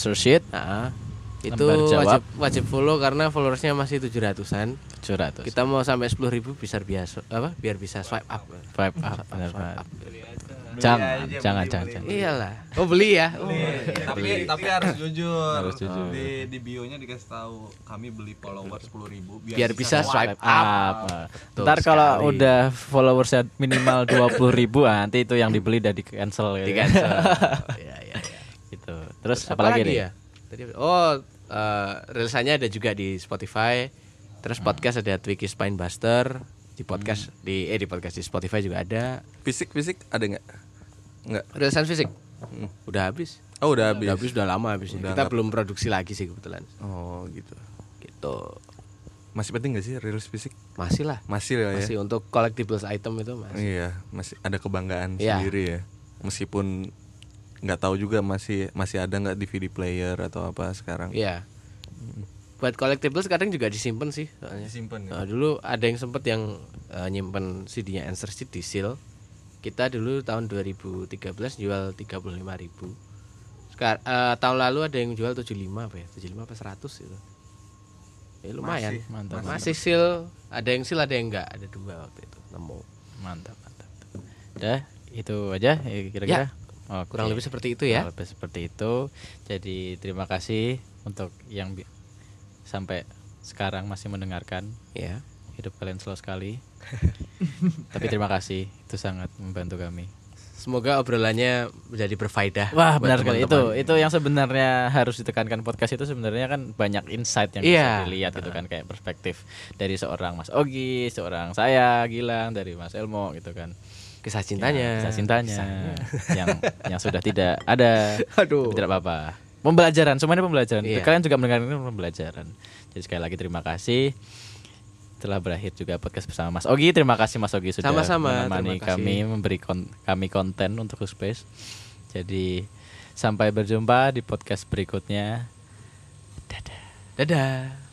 Itu wajib follow karena followersnya masih 700-an. Kita mau sampai 10.000 biar bisa swipe up. Benar banget. Jangan. Iyalah. Oh beli ya. Tapi harus jujur. Di bio-nya dikasih tahu kami beli follower 10.000 biar bisa swipe up. Ntar kalau udah followersnya minimal 20.000 nanti itu yang dibeli dan di cancel. Iya. Gitu. Terus apalagi nih? Ya? Rilisannya ada juga di Spotify. Terus podcast ada Twiki Spinebuster di podcast di podcast di Spotify juga ada. Fisik ada nggak? Nggak. Rilisan fisik udah habis. Oh udah habis. Udah lama habisnya. Kita belum produksi lagi sih kebetulan. Oh gitu. Masih penting nggak sih rilis fisik? Masih lah. Masih untuk collectibles item itu masih. Iya, masih ada kebanggaan sendiri ya. Meskipun nggak tahu juga masih ada nggak DVD player atau apa sekarang. Iya. buat collectibles kadang juga disimpan sih soalnya. Disimpan ya. Nah, dulu ada yang sempet yang nyimpen CD-nya Answer Seed di seal. Kita dulu tahun 2013 jual 35.000. Tahun lalu ada yang jual 75 apa ya? 75 apa 100 gitu. Ya lumayan. Mantap. Masih seal, ada yang seal ada yang enggak, ada 2 waktu itu nemu. Mantap. Udah, itu aja kira-kira. Ya, kurang lebih seperti itu ya. Kurang lebih seperti itu. Jadi terima kasih untuk yang sampai sekarang masih mendengarkan. Ya. Hidup kalian slow sekali. Tapi terima kasih, itu sangat membantu kami. Semoga obrolannya menjadi berfaedah. Wah, buat benar sekali. teman-teman. Itu yang sebenarnya harus ditekankan podcast itu sebenarnya kan banyak insight yang bisa dilihat gitu kan, kayak perspektif dari seorang Mas Ogi, seorang saya Gilang, dari Mas Elmo gitu kan. Kisah cintanya. Kisah cintanya yang sudah tidak ada. Aduh. Tapi tidak apa-apa. Pembelajaran, semuanya pembelajaran. Iya. Kalian juga mendengarkan ini pembelajaran. Jadi sekali lagi terima kasih. Telah berakhir juga podcast bersama Mas Ogi. Terima kasih Mas Ogi sudah Sama-sama, menemani kami, memberi kami konten untuk Space. Jadi sampai berjumpa di podcast berikutnya. Dadah. Dadah.